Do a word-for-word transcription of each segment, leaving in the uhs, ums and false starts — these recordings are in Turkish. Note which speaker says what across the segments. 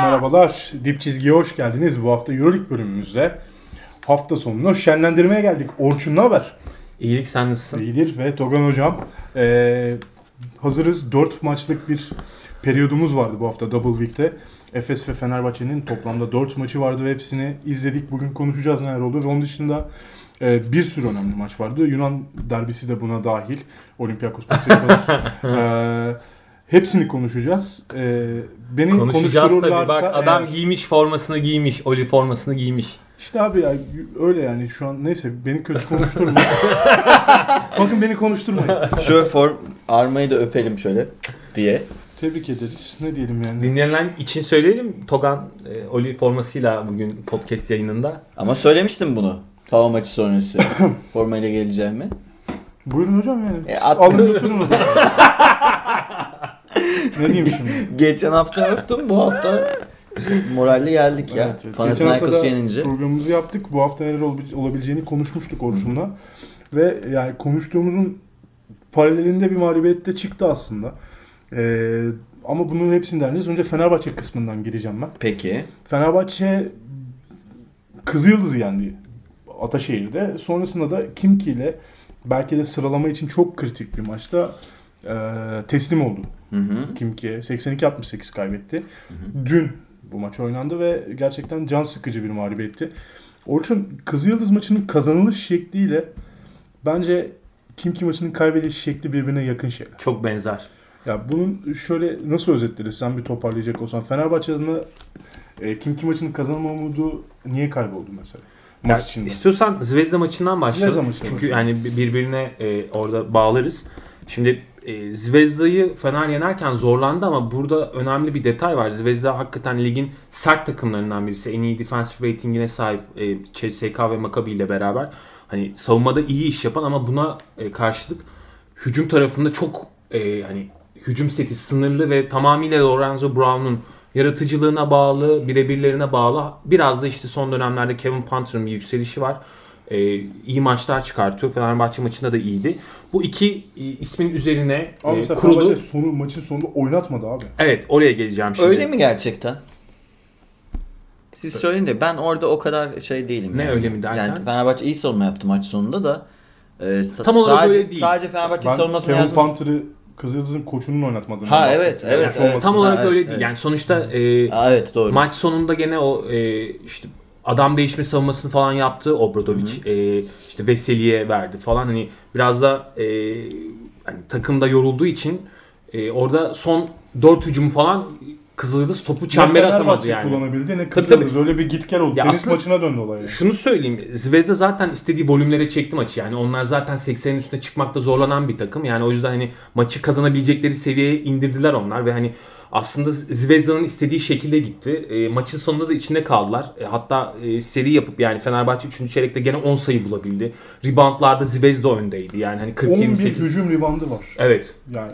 Speaker 1: Merhabalar, Dip Çizgi'ye hoş geldiniz. Bu hafta Euroleague bölümümüzde hafta sonunu şenlendirmeye geldik. Orçun ne haber?
Speaker 2: İyilik, sen nasılsın?
Speaker 1: İyidir ve Togan hocam. Ee, hazırız. dört maçlık bir periyodumuz vardı bu hafta Double Week'te. Efes ve Fenerbahçe'nin toplamda dört maçı vardı ve hepsini izledik. Bugün konuşacağız neler oldu ve onun dışında e, bir sürü önemli maç vardı. Yunan derbisi de buna dahil. Olympiakos Panathinaikos. Hepsini konuşacağız. Ee, beni
Speaker 2: konuşacağız tabii. Bak adam
Speaker 1: eğer...
Speaker 2: giymiş formasını giymiş. Oli formasını giymiş.
Speaker 1: İşte abi ya öyle yani şu an neyse beni kötü konuşturma. Bakın beni konuşturmayın.
Speaker 3: Şöyle form armayı da öpelim şöyle diye.
Speaker 1: Tebrik ederiz. Ne diyelim yani.
Speaker 2: Dinleyenler için söyleyelim. Togan e, Oli formasıyla bugün podcast yayınında.
Speaker 3: Ama söylemiştim bunu. Tava maçı sonrası. Formayla geleceğimi.
Speaker 1: Buyurun hocam yani.
Speaker 3: E, at...
Speaker 1: Alın götürün o zaman. Ne diyeyim şimdi?
Speaker 3: Geçen hafta yoktum. Bu hafta moralli geldik ya.
Speaker 1: Evet, evet.
Speaker 3: Panathinaikos'u yenince.
Speaker 1: Programımızı yaptık. Bu hafta neler olabileceğini konuşmuştuk Orçun'la. Ve yani konuştuğumuzun paralelinde bir mağlubiyette çıktı aslında. Ee, ama bunun hepsinden önce Fenerbahçe kısmından gireceğim ben.
Speaker 3: Peki.
Speaker 1: Fenerbahçe Kızılyıldız'ı yendi Ataşehir'de. Sonrasında da Kimki ile belki de sıralama için çok kritik bir maçta e, teslim oldu. Hı hı. Kimki'ye seksen iki altmış sekiz kaybetti. Hı hı. Dün bu maç oynandı ve gerçekten can sıkıcı bir mağlubiyetti. Orçun, Kızılyıldız maçının kazanılış şekliyle bence Kimki maçının kaybediliş şekli birbirine yakın şeyler.
Speaker 2: Çok benzer.
Speaker 1: Ya bunun şöyle nasıl özetleriz sen bir toparlayacak olsan. Fenerbahçe adına e, Kimki maçının kazanma umudu niye kayboldu mesela?
Speaker 2: Ya, istiyorsan Zvezda maçından başlayalım. Çünkü
Speaker 1: maçı.
Speaker 2: yani birbirine e, orada bağlarız. Şimdi e, Zvezda'yı Fener yenerken zorlandı ama burada önemli bir detay var. Zvezda hakikaten ligin sert takımlarından birisi. En iyi defensive ratingine sahip e, C S K ve Maccabi ile beraber. Hani savunmada iyi iş yapan ama buna e, karşılık hücum tarafında çok e, hani hücum seti sınırlı ve tamamıyla Lorenzo Brown'un yaratıcılığına bağlı, birebirlerine bağlı. Biraz da işte son dönemlerde Kevin Panther'ın bir yükselişi var. Ee, iyi maçlar çıkartıyor. Fenerbahçe maçında da iyiydi. Bu iki e, ismin üzerine
Speaker 1: abi
Speaker 2: e, kurulu.
Speaker 1: Fenerbahçe sonu, maçın sonunda oynatmadı abi.
Speaker 2: Evet, oraya geleceğim şimdi.
Speaker 3: Öyle mi gerçekten? Siz söyleyin de ben orada o kadar şey değilim.
Speaker 2: Ne
Speaker 3: yani.
Speaker 2: öyle mi derken?
Speaker 3: Yani Fenerbahçe iyi savunma yaptı maç sonunda da. E,
Speaker 2: Tam olarak
Speaker 3: sadece,
Speaker 2: öyle değil.
Speaker 3: Sadece Fenerbahçe
Speaker 1: ben
Speaker 3: savunmasını
Speaker 1: Kevin
Speaker 3: yazdım.
Speaker 1: Panther'ı Kızılyıldız'ın koçunun oynatmadığını.
Speaker 3: Ha evet evet,
Speaker 1: yani
Speaker 3: evet.
Speaker 2: Tam olarak
Speaker 3: ha,
Speaker 2: öyle
Speaker 3: evet,
Speaker 2: değil.
Speaker 3: evet.
Speaker 2: Yani sonuçta e,
Speaker 3: ha, evet, doğru.
Speaker 2: maç sonunda gene o e, işte adam değişme savunmasını falan yaptı Obradovic. E, işte Veseli'ye verdi falan. Hani biraz da e, hani takımda yorulduğu için e, orada son dört hücumu falan Kızılyıldız topu çembere atamadı yani.
Speaker 1: Kullanabildi ne Kızılyıldız öyle bir git gel oldu.
Speaker 2: Ya
Speaker 1: Tenis maçına döndü olay. Yani.
Speaker 2: Şunu söyleyeyim. Zvezda zaten istediği volümlere çekti maçı. Yani onlar zaten seksenin üstüne çıkmakta zorlanan bir takım. Yani o yüzden hani maçı kazanabilecekleri seviyeye indirdiler onlar ve hani aslında Zvezda'nın istediği şekilde gitti. E, maçın sonunda da içinde kaldılar. E, hatta e, seri yapıp yani Fenerbahçe üçüncü çeyrekte gene on sayı bulabildi. Reboundlarda Zvezda öndeydi. Yani hani kırk yirmi sekiz.
Speaker 1: on bir hücum reboundu var.
Speaker 2: Evet.
Speaker 1: Yani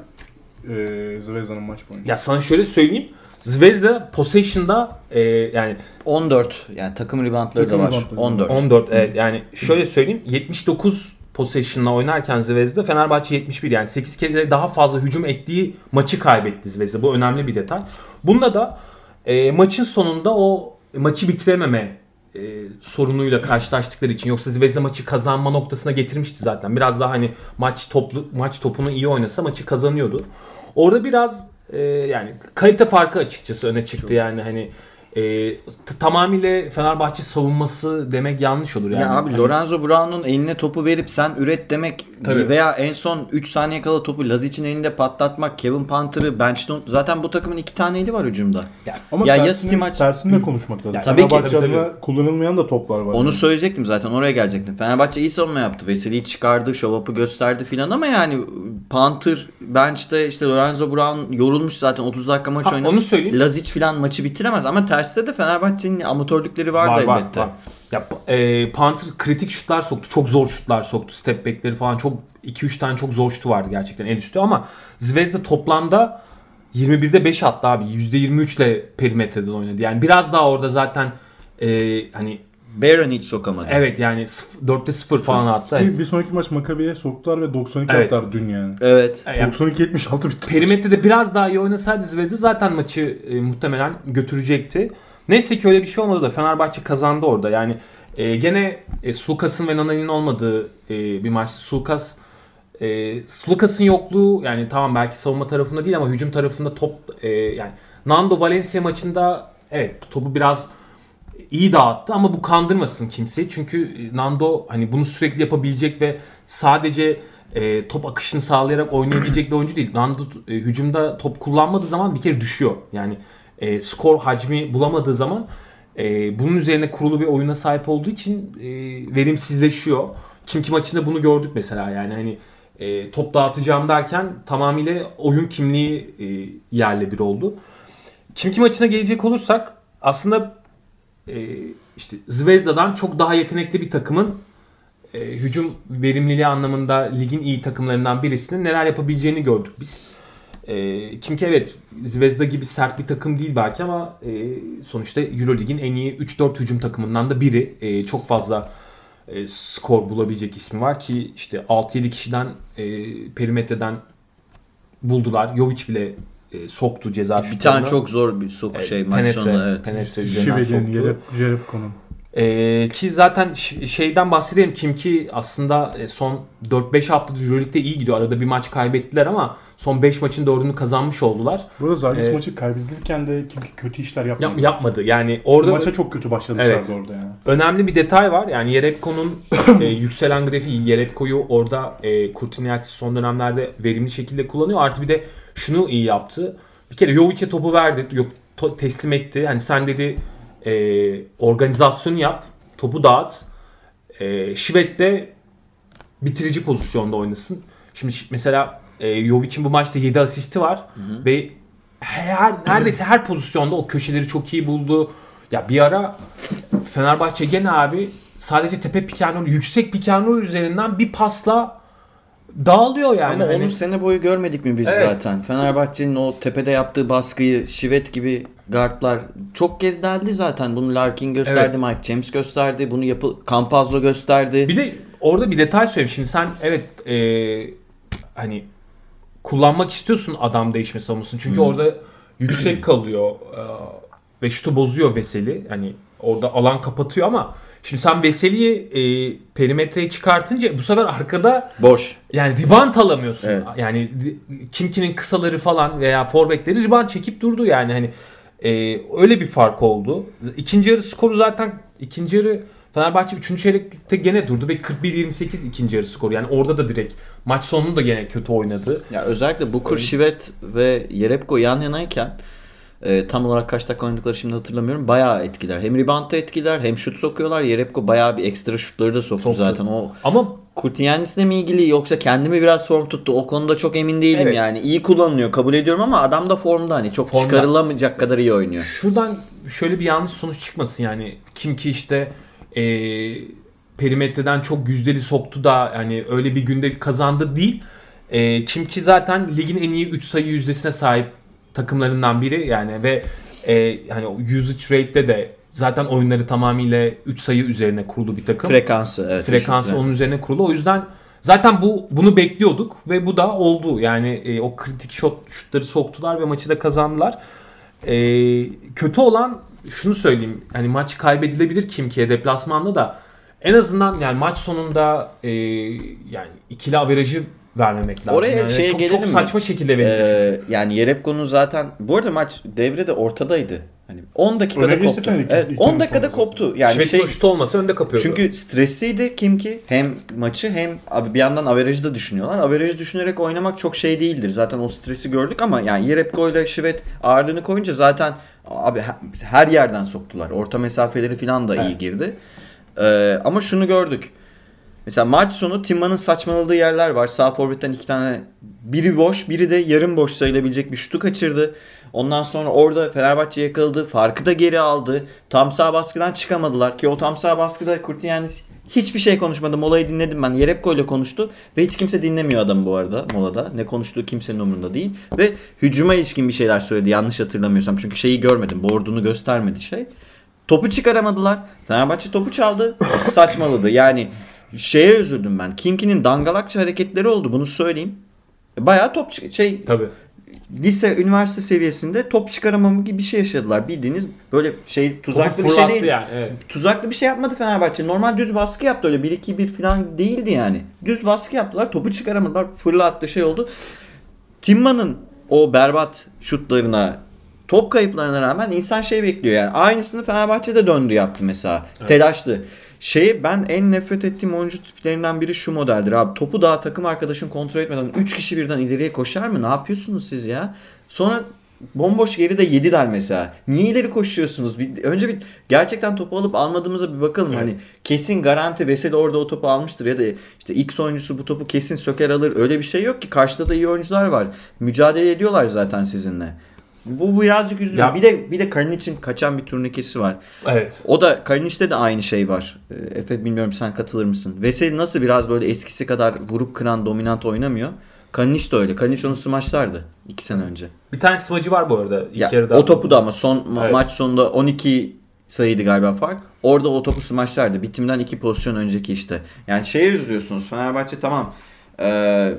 Speaker 1: e, Zvezda'nın maç boyunca.
Speaker 2: Ya sana şöyle söyleyeyim. Zvezda possession'da e, yani
Speaker 3: on dört yani takım reboundları da var. on dört.
Speaker 2: on dört evet yani şöyle söyleyeyim yetmiş dokuz possession'la oynarken Zvezda Fenerbahçe yetmiş bir yani sekiz kere daha fazla hücum ettiği maçı kaybetti Zvezda. Bu önemli bir detay. Bunda da e, maçın sonunda o maçı bitirememe e, sorunuyla karşılaştıkları için yoksa Zvezda maçı kazanma noktasına getirmişti zaten. Biraz daha hani maç toplu maç topunu iyi oynasa maçı kazanıyordu. Orada biraz Ee, yani kalite farkı açıkçası öne çıktı yani hani e, t- tamamıyla Fenerbahçe savunması demek yanlış olur yani.
Speaker 3: Ya abi
Speaker 2: hani...
Speaker 3: Lorenzo Brown'un eline topu verip sen üret demek
Speaker 2: Tabii.
Speaker 3: Veya en son üç saniye kala topu Lazic'in elinde patlatmak, Kevin Panther'ı bench'ten zaten bu takımın iki tane eli var hücumda.
Speaker 1: Ya, ama
Speaker 3: ya
Speaker 1: tersini, maç... tersini de konuşmak lazım.
Speaker 3: Ya, tabii ki
Speaker 1: tabii, tabii. Kullanılmayan da toplar var.
Speaker 3: Onu
Speaker 1: yani.
Speaker 3: söyleyecektim zaten oraya gelecektim. Fenerbahçe iyi savunma yaptı. Veseli'yi çıkardı, show-up'ı gösterdi filan ama yani Panther bench'te işte Lorenzo Brown yorulmuş zaten otuz dakika maç oynadı.
Speaker 2: Onu söyleyeyim.
Speaker 3: Lazic filan maçı bitiremez ama terste de Fenerbahçe'nin amatörlükleri vardı
Speaker 2: var,
Speaker 3: elbette.
Speaker 2: Var, var. Ya e, Panther kritik şutlar soktu. Çok zor şutlar soktu. Step back'leri falan çok iki üç tane çok zor şutu vardı gerçekten el üstü ama Zvezda toplamda yirmi birde beş attı abi. yüzde yirmi üç ile perimetreden oynadı. Yani biraz daha orada zaten e, hani
Speaker 3: Baron hiç sokamadı.
Speaker 2: Evet yani dörtte sıfır falan attı.
Speaker 1: Bir, bir sonraki maç Maccabi'ye soktular ve doksan iki
Speaker 2: Evet.
Speaker 1: attılar dün yani.
Speaker 3: Evet.
Speaker 2: Yani
Speaker 1: doksan iki yetmiş altı bitti.
Speaker 2: Perimetrede biraz daha iyi oynasaydı Zvezda zaten maçı e, muhtemelen götürecekti. Neyse ki öyle bir şey olmadı da Fenerbahçe kazandı orada. Yani e, gene e, Sulukas'ın ve Nanali'nin olmadığı e, bir maç. Sulukas e, Sulukas'ın yokluğu yani tamam belki savunma tarafında değil ama hücum tarafında top e, yani Nando Valencia maçında evet topu biraz iyi dağıttı ama bu kandırmasın kimseyi. Çünkü Nando hani bunu sürekli yapabilecek ve sadece e, top akışını sağlayarak oynayabilecek bir oyuncu değil. Nando e, hücumda top kullanmadığı zaman bir kere düşüyor. Yani e, skor hacmi bulamadığı zaman e, bunun üzerine kurulu bir oyuna sahip olduğu için e, verimsizleşiyor. Kimki maçında bunu gördük mesela yani hani e, top dağıtacağım derken tamamıyla oyun kimliği e, yerle bir oldu. Kimki maçına gelecek olursak aslında Ee, işte Zvezda'dan çok daha yetenekli bir takımın e, hücum verimliliği anlamında ligin iyi takımlarından birisinin neler yapabileceğini gördük biz. E, Kimki evet Zvezda gibi sert bir takım değil belki ama e, sonuçta Eurolig'in en iyi üç dört hücum takımından da biri. E, çok fazla e, skor bulabilecek ismi var ki işte altı yedi kişiden e, perimetreden buldular. Jovic bile e, soktu ceza şutlarına.
Speaker 3: Bir tane çok zor bir sok
Speaker 2: Evet,
Speaker 3: şey maç
Speaker 2: penetre,
Speaker 3: sonu. Evet.
Speaker 2: penetre üzerinden
Speaker 1: Şive'nin,
Speaker 2: soktu.
Speaker 1: Jerebko'nun.
Speaker 2: Ee, ki zaten ş- şeyden bahsedelim. Kimki aslında son dört beş haftadır Euroleague'de iyi gidiyor. Arada bir maç kaybettiler ama son beş maçın dördünü kazanmış oldular.
Speaker 1: Burada Zalgiris
Speaker 2: Ee,
Speaker 1: maçı kaybedilirken de Kimki kötü işler yapmadı.
Speaker 2: Yap, yapmadı. Yani orada
Speaker 1: Maça çok kötü başlamışlardı
Speaker 2: Evet.
Speaker 1: orada yani.
Speaker 2: önemli bir detay var. Yani Jerebko'nun e, yükselen grafiği Jerebko'yu orada e, Kurtiniakis son dönemlerde verimli şekilde kullanıyor. Artı bir de şunu iyi yaptı. Bir kere Jovic'e topu verdi. Yok to- teslim etti. Hani sen dedi e, organizasyonu yap. Topu dağıt. E, Şivet de bitirici pozisyonda oynasın. Şimdi şi- mesela e, Jovic'in bu maçta yedi asisti var. Hı hı. Ve her neredeyse her pozisyonda o köşeleri çok iyi buldu. Ya bir ara Fenerbahçe gene abi sadece tepe pick and roll, yüksek pick and roll üzerinden bir pasla dağılıyor yani.
Speaker 3: Ama
Speaker 2: hani...
Speaker 3: onu sene boyu görmedik mi biz
Speaker 2: Evet.
Speaker 3: zaten? Fenerbahçe'nin o tepede yaptığı baskıyı Şivet gibi guardlar çok kez deldi zaten. Bunu Larkin gösterdi,
Speaker 2: Evet.
Speaker 3: Mike James gösterdi, bunu yapı Campazzo gösterdi.
Speaker 2: Bir de orada bir detay söyleyeyim. Şimdi sen evet e, hani kullanmak istiyorsun adam değişme savunmasını. Çünkü orada yüksek kalıyor e, ve şutu bozuyor Veseli. Hani orada alan kapatıyor ama şimdi sen Veseli'yi e, perimetreye çıkartınca bu sefer arkada
Speaker 3: Boş.
Speaker 2: yani rebound alamıyorsun.
Speaker 3: Evet.
Speaker 2: Yani Kimki'nin kısaları falan veya forvetleri rebound çekip durdu yani hani e, öyle bir fark oldu. İkinci yarı skoru zaten ikinci yarı Fenerbahçe üçüncü çeyrekte gene durdu ve kırk bir yirmi sekiz ikinci yarı skoru. Yani orada da direkt maç sonunu da gene kötü oynadı.
Speaker 3: Ya özellikle Bukur, Şivet ve Jerebko yan yanayken e, tam olarak kaç dakika oynadıkları şimdi hatırlamıyorum. Bayağı etkiler. Hem rebound'da etkiler hem şut sokuyorlar. Jerebko bayağı bir ekstra şutları da soktu,
Speaker 2: Soktu.
Speaker 3: zaten. O
Speaker 2: Ama
Speaker 3: Kurtiyanis'le mi ilgili yoksa kendimi biraz form tuttu. O konuda çok emin değilim
Speaker 2: Evet.
Speaker 3: yani. İyi kullanılıyor kabul ediyorum ama adam da formda, hani çok
Speaker 2: Formda.
Speaker 3: çıkarılamayacak kadar iyi oynuyor.
Speaker 2: şuradan şöyle bir yanlış sonuç çıkmasın yani. Kim ki işte e, perimetreden çok yüzdeli soktu da yani öyle bir günde kazandı değil. E, Kim ki zaten ligin en iyi üç sayı yüzdesine sahip takımlarından biri yani ve e, hani usage rate'de de zaten oyunları tamamıyla üç sayı üzerine kurulu bir takım.
Speaker 3: Frekansı. Evet,
Speaker 2: Frekansı
Speaker 3: şutlar.
Speaker 2: onun üzerine kurulu. O yüzden zaten bu bunu bekliyorduk ve bu da oldu. Yani e, o kritik shot şutları soktular ve maçı da kazandılar. E, kötü olan şunu söyleyeyim. Hani maç kaybedilebilir Kimki'ye deplasmanda da en azından yani maç sonunda e, yani ikili averajı vermemek lazım.
Speaker 3: Oraya
Speaker 2: yani
Speaker 3: şeye
Speaker 2: çok
Speaker 3: gelelim
Speaker 2: çok
Speaker 3: mi?
Speaker 2: saçma şekilde verildi
Speaker 3: Ee,
Speaker 2: çünkü.
Speaker 3: yani Jerebko'nun zaten bu arada maç devrede ortadaydı. Hani on dakikada
Speaker 1: Öyle geçti
Speaker 3: koptu.
Speaker 1: Fener iki-
Speaker 3: Evet,
Speaker 1: iki
Speaker 3: on
Speaker 1: tane
Speaker 3: dakikada
Speaker 1: sonra
Speaker 3: koptu. Yani
Speaker 2: Şivet'in
Speaker 3: şey,
Speaker 2: o şutu olmasa önde kapıyordu.
Speaker 3: çünkü stresliydi Kimki. Hem maçı hem abi bir yandan averajı da düşünüyorlar. Averajı düşünerek oynamak çok şey değildir. Zaten o stresi gördük ama yani Jerebko ile Şivet ağırlığını koyunca zaten abi her yerden soktular. Orta mesafeleri falan da iyi
Speaker 2: Evet.
Speaker 3: girdi. Ee, ama şunu gördük. Mesela maç sonu Timma'nın saçmaladığı yerler var. Sağ forvetten iki tane, biri boş, biri de yarım boş sayılabilecek bir şutu kaçırdı. Ondan sonra orada Fenerbahçe yakaladı. Farkı da geri aldı. Tam sağ baskıdan çıkamadılar ki o tam sağ baskıda Kurtiyanis hiçbir şey konuşmadı. Molayı dinledim ben. Jerebko ile konuştu ve hiç kimse dinlemiyor adamı bu arada molada. Ne konuştuğu kimsenin umurunda değil. Ve hücuma ilişkin bir şeyler söyledi yanlış hatırlamıyorsam. Çünkü şeyi görmedim. Board'unu göstermedi şey. Topu çıkaramadılar. Fenerbahçe topu çaldı. Saçmaladı. Yani şeye üzüldüm ben. Kinki'nin dangalakça hareketleri oldu. Bunu söyleyeyim. Bayağı top şey
Speaker 2: Tabii.
Speaker 3: Lise, üniversite seviyesinde top çıkaramama gibi bir şey yaşadılar. Bildiğiniz böyle şey tuzaklı bir şey değil.
Speaker 2: Yani, evet.
Speaker 3: Tuzaklı bir şey yapmadı Fenerbahçe. Normal düz baskı yaptı öyle. bir iki bir falan değildi yani. Düz baskı yaptılar. Topu çıkaramadılar. Fırlattı şey oldu. Timma'nın o berbat şutlarına, top kayıplarına rağmen insan şey bekliyor yani. Aynısını Fenerbahçe'de döndü yaptı mesela. Evet. Telaşlı. Şey ben en nefret ettiğim oyuncu tiplerinden biri şu modeldir abi. Topu daha takım arkadaşın kontrol etmeden üç kişi birden ileriye koşar mı? Ne yapıyorsunuz siz ya? Sonra bomboş geride yediler mesela. Niye ileri koşuyorsunuz? Bir, önce bir gerçekten topu alıp almadığımıza bir bakalım. Evet. Hani kesin garanti Veseli orada o topu almıştır ya da işte X oyuncusu bu topu kesin söker alır. Öyle bir şey yok ki. Karşıda da iyi oyuncular var. Mücadele ediyorlar zaten sizinle. Bu birazcık üzücü. Bir de bir de Kalinic'in kaçan bir turnikesi var.
Speaker 2: Evet.
Speaker 3: O da Kalinic'te de aynı şey var. Efe bilmiyorum sen katılır mısın? Veseli nasıl biraz böyle eskisi kadar vurup kıran dominant oynamıyor. Kalinic de öyle. Kalinic onu smaçlardı iki sene önce.
Speaker 2: Bir tane smacı var bu arada. İlk
Speaker 3: ya,
Speaker 2: yarıda.
Speaker 3: O topu da ama son
Speaker 2: evet.
Speaker 3: maç sonunda on iki sayıydı galiba fark. Orada o topu smaçlardı. Bitimden iki pozisyon önceki işte. Yani şeye üzülüyorsunuz. Fenerbahçe tamam. Eee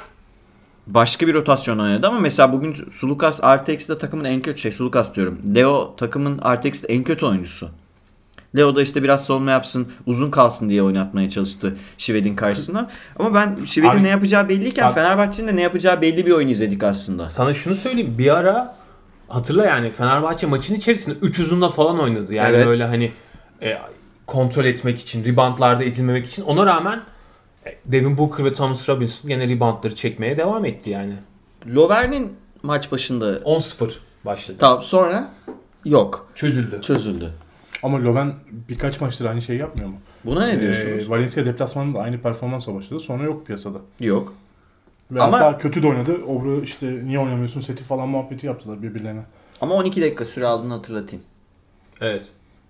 Speaker 3: başka bir rotasyon oynadı ama mesela bugün Sulukas artı eksi takımın en kötü şey Sulukas diyorum. Leo takımın artı eksi en kötü oyuncusu. Leo da işte biraz savunma yapsın, uzun kalsın diye oynatmaya çalıştı Şived'in karşısına. Ama ben Şived'in ne yapacağı belliyken abi, Fenerbahçe'nin de ne yapacağı belli bir oyun izledik aslında.
Speaker 2: Sana şunu söyleyeyim. Bir ara hatırla yani Fenerbahçe maçın içerisinde üç uzunla falan oynadı. Yani evet. Böyle hani e, kontrol etmek için, reboundlarda ezilmemek için. Ona rağmen Devin Booker ve Thomas Robinson yine reboundları çekmeye devam etti yani.
Speaker 3: Lovern'in maç başında
Speaker 2: on sıfır başladı.
Speaker 3: Tamam sonra yok.
Speaker 2: Çözüldü.
Speaker 3: Çözüldü.
Speaker 1: Ama Loven birkaç maçtır aynı şeyi yapmıyor mu?
Speaker 3: Buna ne diyorsunuz?
Speaker 1: Ee, Valencia deplasmanında aynı performansla başladı. Sonra yok piyasada.
Speaker 3: Yok.
Speaker 1: Ve ama hatta kötü de oynadı. Obra işte niye oynamıyorsun seti falan muhabbeti yaptılar birbirlerine.
Speaker 3: Ama on iki dakika süre aldığını hatırlatayım.
Speaker 2: Evet.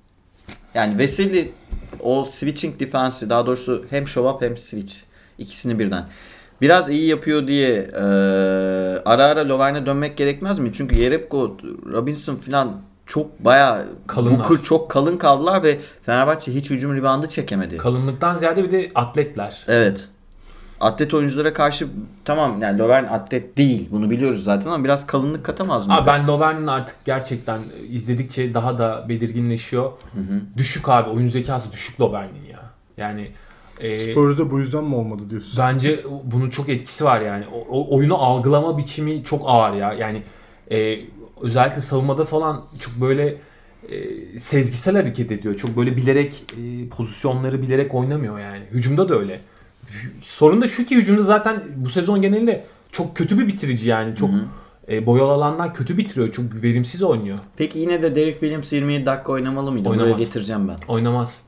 Speaker 3: Yani Veseli o switching defense'i daha doğrusu hem show up hem switch ikisini birden biraz iyi yapıyor diye e, ara ara Lovern'e dönmek gerekmez mi? Çünkü Jerebko, Robinson falan çok bayağı Booker çok kalın kaldılar ve Fenerbahçe hiç hücum ribandı çekemedi.
Speaker 2: Kalınlıktan ziyade bir de atletler.
Speaker 3: Evet. Atlet oyunculara karşı tamam yani Lovern atlet değil. Bunu biliyoruz zaten ama biraz kalınlık katamaz mı?
Speaker 2: Abi ben Lovern'in artık gerçekten izledikçe daha da belirginleşiyor. Hı hı. Düşük abi. Oyun zekası düşük Lovern'in ya. Yani
Speaker 1: e, Spurs'da bu yüzden mi olmadı diyorsun?
Speaker 2: Bence bunun çok etkisi var yani. O, o oyunu algılama biçimi çok ağır ya. Yani e, özellikle savunmada falan çok böyle e, sezgisel hareket ediyor. Çok böyle bilerek e, pozisyonları bilerek oynamıyor yani. Hücumda da öyle. Sorun da şu ki hücumda zaten bu sezon genelinde çok kötü bir bitirici yani. Çok e, boyalı alandan kötü bitiriyor. Çok verimsiz oynuyor.
Speaker 3: Peki yine de Derek Williams yirmi yedi dakika oynamalı mıydı? Oynamaz. Buraya getireceğim ben.
Speaker 2: Oynamaz.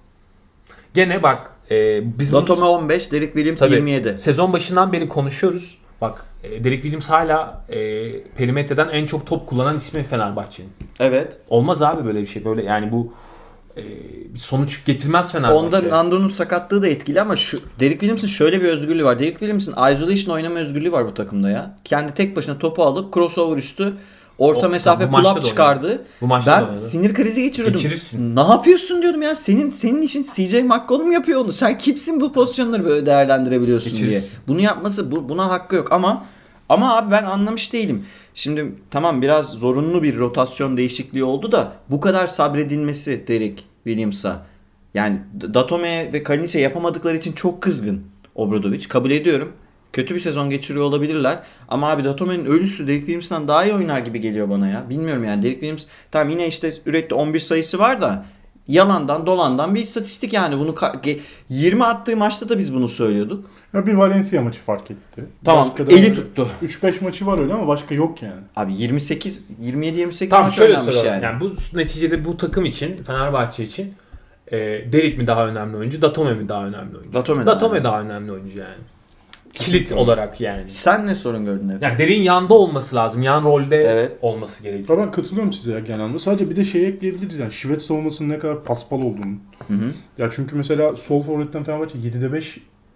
Speaker 2: Gene bak e, biz
Speaker 3: Datome on beş, Derek Williams tabii, yirmi yedi.
Speaker 2: Sezon başından beri konuşuyoruz. Bak e, Derek Williams hala e, perimetreden en çok top kullanan ismi Fenerbahçe'nin.
Speaker 3: Evet.
Speaker 2: Olmaz abi böyle bir şey. Böyle yani bu e, bir sonuç getirmez Fenerbahçe.
Speaker 3: Onda Nando'nun sakatlığı da etkili ama şu Derek Williams'ın şöyle bir özgürlüğü var. Derek Williams'ın isolation oynama özgürlüğü var bu takımda ya. Kendi tek başına topu alıp crossover üstü orta o, mesafe pull-up çıkardı.
Speaker 2: Bu maçta
Speaker 3: ben sinir krizi geçiriyordum.
Speaker 2: Geçirirsin.
Speaker 3: Ne yapıyorsun diyordum ya. Senin senin için C J McCollum yapıyor onu. Sen kimsin bu pozisyonları böyle değerlendirebiliyorsun Geçirirsin. diye. Bunu yapması bu, buna hakkı yok ama ama abi ben anlamış değilim. Şimdi tamam biraz zorunlu bir rotasyon değişikliği oldu da bu kadar sabredilmesi Derek Williams'a. Yani Datome ve Kalinic'e yapamadıkları için çok kızgın Obradovic. Kabul ediyorum. Kötü bir sezon geçiriyor olabilirler. Ama abi Datome'nin ölüsü Derek Williams'tan daha iyi oynar gibi geliyor bana ya. Bilmiyorum yani. Derek Williams tamam yine işte üretti on bir sayısı var da yalandan dolandan bir istatistik yani. Bunu yirmi attığı maçta da biz bunu söylüyorduk.
Speaker 1: Ya bir Valencia maçı fark etti.
Speaker 3: Tamam eli tuttu.
Speaker 1: üç beş maçı var öyle ama başka yok yani.
Speaker 3: Abi yirmi sekiz yirmi yedi yirmi sekiz
Speaker 2: tamam,
Speaker 3: maç
Speaker 2: şöyle
Speaker 3: oynanmış yani.
Speaker 2: yani. Bu neticede bu takım için Fenerbahçe için e, Derek mi daha önemli oyuncu, Datome mi daha önemli oyuncu?
Speaker 3: Datome,
Speaker 2: Datome daha önemli oyuncu yani. Kilit olarak yani.
Speaker 3: Sen ne sorun gördün efendim?
Speaker 2: Yani Derin yanda olması lazım. Yan rolde evet. olması gerekiyor.
Speaker 1: Ben katılıyorum size ya genelde. Sadece bir de şey ekleyebiliriz yani. Şivet savunmasının ne kadar paspal olduğunu. Hı hı. Ya çünkü mesela sol forvetten Fenerbahçe yedide beş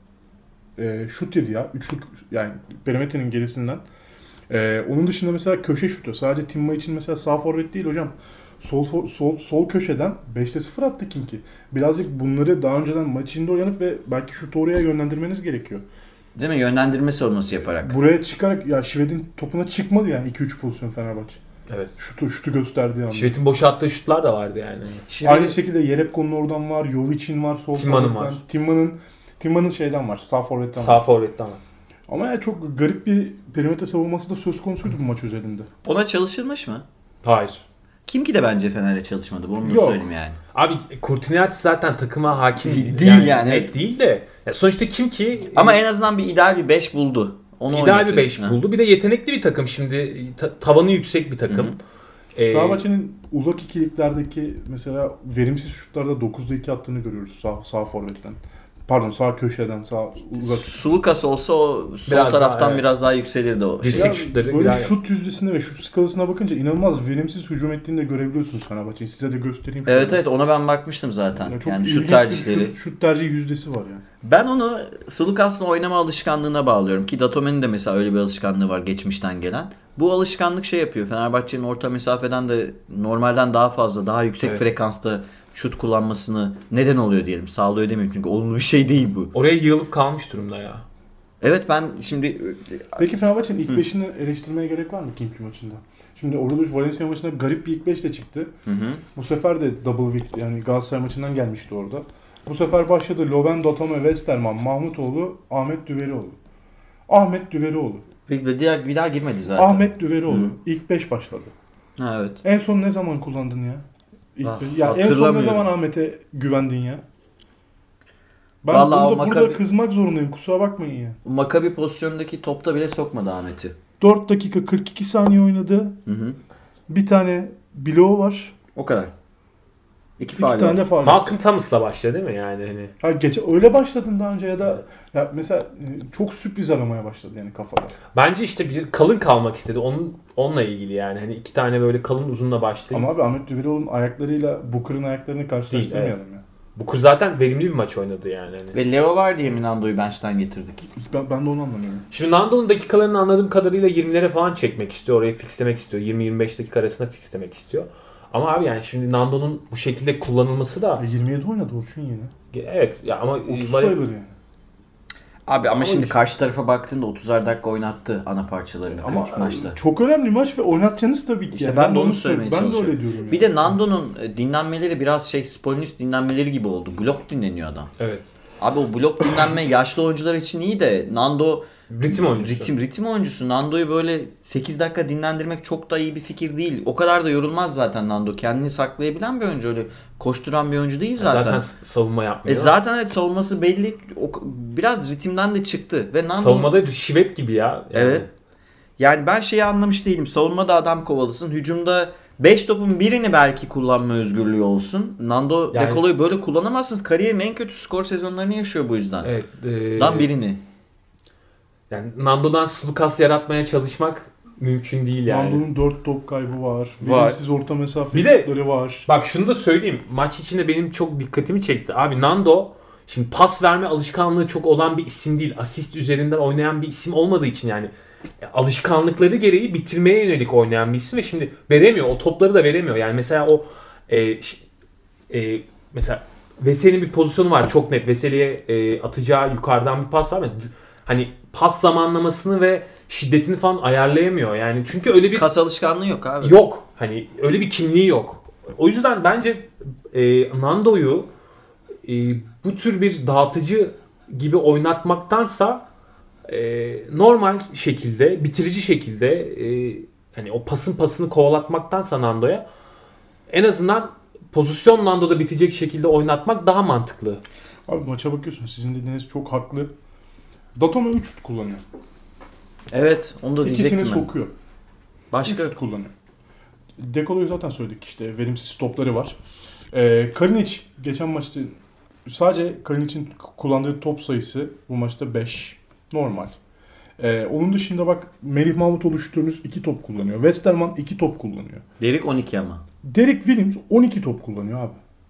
Speaker 1: e, şut yedi ya. Üçlük yani perimetrenin gerisinden. E, onun dışında mesela köşe şutu. Sadece Timma için mesela sağ forvet değil hocam. sol sol sol köşeden beşte sıfır attı Kimki. Birazcık bunları daha önceden maç içinde uyanıp ve belki şutu oraya yönlendirmeniz gerekiyor.
Speaker 3: Değil mi? Yönlendirme savunması yaparak.
Speaker 1: Buraya çıkarak ya Şved'in topuna çıkmadı yani iki üç pozisyon Fenerbahçe.
Speaker 2: Evet.
Speaker 1: Şutu şutu gösterdiği anda.
Speaker 2: Şvet'in boşa attığı şutlar da vardı yani.
Speaker 3: Şimdi...
Speaker 1: Aynı şekilde Yerebko'nun oradan var, Jovic'in var, sol
Speaker 2: Timan'ın var.
Speaker 1: Timan'ın Timan'ın şeyden var, sağ forvetten
Speaker 2: Sağ
Speaker 1: var.
Speaker 2: forvetten var.
Speaker 1: Ama yani çok garip bir perimetre savunması da söz konusuydu bu maç özelinde.
Speaker 3: Ona çalışılmış mı?
Speaker 2: Hayır.
Speaker 3: Kim ki de bence Fener'le çalışmadı. Bunu da
Speaker 1: Yok.
Speaker 3: söyleyeyim yani.
Speaker 2: Abi Kurtiniati zaten takıma hakim
Speaker 3: Değil, değil yani.
Speaker 2: Net değil de. Ya sonuçta kim ki?
Speaker 3: Ama en azından bir ideal bir beş buldu. Onu
Speaker 2: ideal bir beş buldu. Bir de yetenekli bir takım şimdi. Ta- tavanı yüksek bir takım.
Speaker 1: Ee, Fenerbahçe'nin uzak ikiliklerdeki mesela verimsiz şutlarda dokuzda iki attığını görüyoruz sağ, sağ forvetten. Pardon sağ köşeden sağ uzak.
Speaker 3: Sulukas olsa o sol
Speaker 2: biraz
Speaker 3: taraftan
Speaker 2: daha, evet.
Speaker 3: biraz daha yükselirdi o.
Speaker 2: Dirsek
Speaker 1: Ya,
Speaker 2: şutları.
Speaker 1: Böyle
Speaker 2: biraz...
Speaker 1: şut yüzdesine ve şut skalasına bakınca inanılmaz verimsiz hücum ettiğini de görebiliyorsunuz Fenerbahçe'nin. Size de göstereyim.
Speaker 3: Evet
Speaker 1: şöyle.
Speaker 3: evet ona ben bakmıştım zaten.
Speaker 1: Ya çok
Speaker 3: yani
Speaker 1: ilginç
Speaker 3: şut tercihleri.
Speaker 1: Şut, şut tercih yüzdesi var yani.
Speaker 3: Ben onu Sulukas'la oynama alışkanlığına bağlıyorum. Ki Datome'nin de mesela öyle bir alışkanlığı var geçmişten gelen. Bu alışkanlık şey yapıyor. Fenerbahçe'nin orta mesafeden de normalden daha fazla, daha yüksek
Speaker 2: evet.
Speaker 3: frekansta şut kullanmasını neden oluyor diyelim. Sağlıyor demeyeyim çünkü olumlu bir şey değil bu.
Speaker 2: Oraya yığılıp kalmış durumda ya.
Speaker 3: Evet ben şimdi...
Speaker 1: Peki Fenerbahçe'nin ilk beşini eleştirmeye gerek var mı Kimki maçında? Şimdi orada Valencia maçında garip bir ilk beş de çıktı.
Speaker 3: Hı hı.
Speaker 1: Bu sefer de double wick yani Galatasaray maçından gelmişti orada. Bu sefer başladı Loven, Datome, Westerman, Mahmutoğlu, Ahmet Düverioğlu. Ahmet Düverioğlu.
Speaker 3: Bir, diğer, bir daha girmedi zaten.
Speaker 1: Ahmet Düverioğlu. İlk beş başladı.
Speaker 3: Ha, evet.
Speaker 1: En son ne zaman kullandın ya? İlk
Speaker 3: Ah,
Speaker 1: beş. Ya en son ne zaman Ahmet'e güvendin ya? Ben
Speaker 3: Vallahi
Speaker 1: burada,
Speaker 3: Makabi...
Speaker 1: burada kızmak zorundayım. Kusura bakmayın ya.
Speaker 3: Makabi pozisyonundaki topta bile sokmadı Ahmet'i.
Speaker 1: dört dakika kırk iki saniye oynadı.
Speaker 3: Hı hı.
Speaker 1: Bir tane bloğu var.
Speaker 3: O kadar. İki,
Speaker 1: İki
Speaker 3: faul
Speaker 1: tane de faul.
Speaker 2: Malcolm Thomas'la başladı değil mi yani hani?
Speaker 1: Ha geç öyle başladın daha önce ya da ya mesela çok sürpriz aramaya başladı yani kafada.
Speaker 2: Bence işte bir kalın kalmak istedi. Onun onunla ilgili yani. Hani iki tane böyle kalın uzunla başlayıp.
Speaker 1: Ama abi Ahmet Düverioğlu'nun ayaklarıyla Booker'ın ayaklarını karşılaştırmayalım
Speaker 2: Değil,
Speaker 1: ya.
Speaker 2: Booker zaten verimli bir maç oynadı yani. Hani.
Speaker 3: Ve Leo var diye mi Nando'yu bench'ten getirdik?
Speaker 1: Ben, ben de onu anlamıyorum.
Speaker 2: Şimdi Nando'nun dakikalarını anladığım kadarıyla yirmilere falan çekmek istiyor. Orayı fixlemek istiyor. yirmi yirmi beş dakika arasında fixlemek istiyor. Ama abi yani şimdi Nando'nun bu şekilde kullanılması da...
Speaker 1: E, yirmi yedi oynadı Orçun yine.
Speaker 2: Evet ya ama...
Speaker 1: otuz sayılır yani.
Speaker 3: Abi ama,
Speaker 2: Ama
Speaker 3: şimdi
Speaker 2: işte-
Speaker 3: karşı tarafa baktığında otuzar dakika oynattı ana parçalarını
Speaker 1: Ama
Speaker 3: kritik maçta.
Speaker 1: çok önemli maç ve oynatacaksınız tabii ki.
Speaker 3: İşte
Speaker 1: yani.
Speaker 3: ben de
Speaker 1: onu
Speaker 3: onu söylemeye
Speaker 1: Ben de
Speaker 3: çalışıyorum.
Speaker 1: öyle diyorum.
Speaker 3: Bir
Speaker 1: yani.
Speaker 3: de Nando'nun dinlenmeleri biraz şey Spolinis dinlenmeleri gibi oldu. Blok dinleniyor adam.
Speaker 2: Evet.
Speaker 3: Abi o blok dinlenme yaşlı oyuncular için iyi de Nando
Speaker 2: Ritim oyuncusu.
Speaker 3: ritim, ritim oyuncusu. Nando'yu böyle sekiz dakika dinlendirmek çok da iyi bir fikir değil. O kadar da yorulmaz zaten Nando. Kendini saklayabilen bir oyuncu. Öyle koşturan bir oyuncu değil zaten.
Speaker 2: Zaten savunma yapmıyor.
Speaker 3: E zaten evet savunması belli. O, biraz ritimden de çıktı. Ve Nando...
Speaker 2: Savunmada şivet gibi ya. Yani.
Speaker 3: Evet. Yani ben şeyi anlamış değilim. Savunmada adam kovalasın. Hücumda beş topun birini belki kullanma özgürlüğü olsun. Nando
Speaker 2: Yani-
Speaker 3: De Colo'yu böyle kullanamazsınız. Kariyerin en kötü skor sezonlarını yaşıyor bu yüzden.
Speaker 2: Evet. E,
Speaker 3: Lan birini.
Speaker 2: Yani Nando'dan Sulukas yaratmaya çalışmak mümkün değil yani.
Speaker 1: Nando'nun dört top kaybı var.
Speaker 3: Var.
Speaker 1: Verimsiz orta mesafe
Speaker 2: Bir de-
Speaker 1: şutları var.
Speaker 2: Bak şunu da söyleyeyim. Maç içinde benim çok dikkatimi çekti. Abi Nando şimdi pas verme alışkanlığı çok olan bir isim değil. Asist üzerinden oynayan bir isim olmadığı için yani e, alışkanlıkları gereği bitirmeye yönelik oynayan bir isim ve şimdi veremiyor. O topları da veremiyor. Yani mesela o e, ş- e, mesela Veseli'nin bir pozisyonu var çok net. Veseli'ye e, atacağı yukarıdan bir pas var. Mesela, hani pas zamanlamasını ve şiddetini falan ayarlayamıyor. Yani çünkü öyle bir
Speaker 3: Kas alışkanlığı yok abi.
Speaker 2: yok. Hani öyle bir kimliği yok. O yüzden bence e, Nando'yu e, bu tür bir dağıtıcı gibi oynatmaktansa e, normal şekilde, bitirici şekilde e, hani o pasın pasını kovalatmaktansa Nando'ya en azından pozisyon Nando'da bitecek şekilde oynatmak daha mantıklı.
Speaker 1: Abi maça bakıyorsun. Sizin dediğiniz çok haklı. Datome üç şut kullanıyor.
Speaker 3: Evet onu da diyecektim
Speaker 1: İkisini
Speaker 3: ben.
Speaker 1: sokuyor.
Speaker 3: Başka?
Speaker 1: üç şut kullanıyor. De Colo'yu zaten söyledik işte. Verimsiz stopları var. Ee, Kalinic geçen maçta sadece Kalinic'in kullandığı top sayısı bu maçta beş. Normal. Ee, onun dışında bak Melih Mahmut oluşturduğunuz iki top kullanıyor. Westerman iki top kullanıyor.
Speaker 3: Derek on iki ama.
Speaker 1: Derek Williams on iki top kullanıyor abi.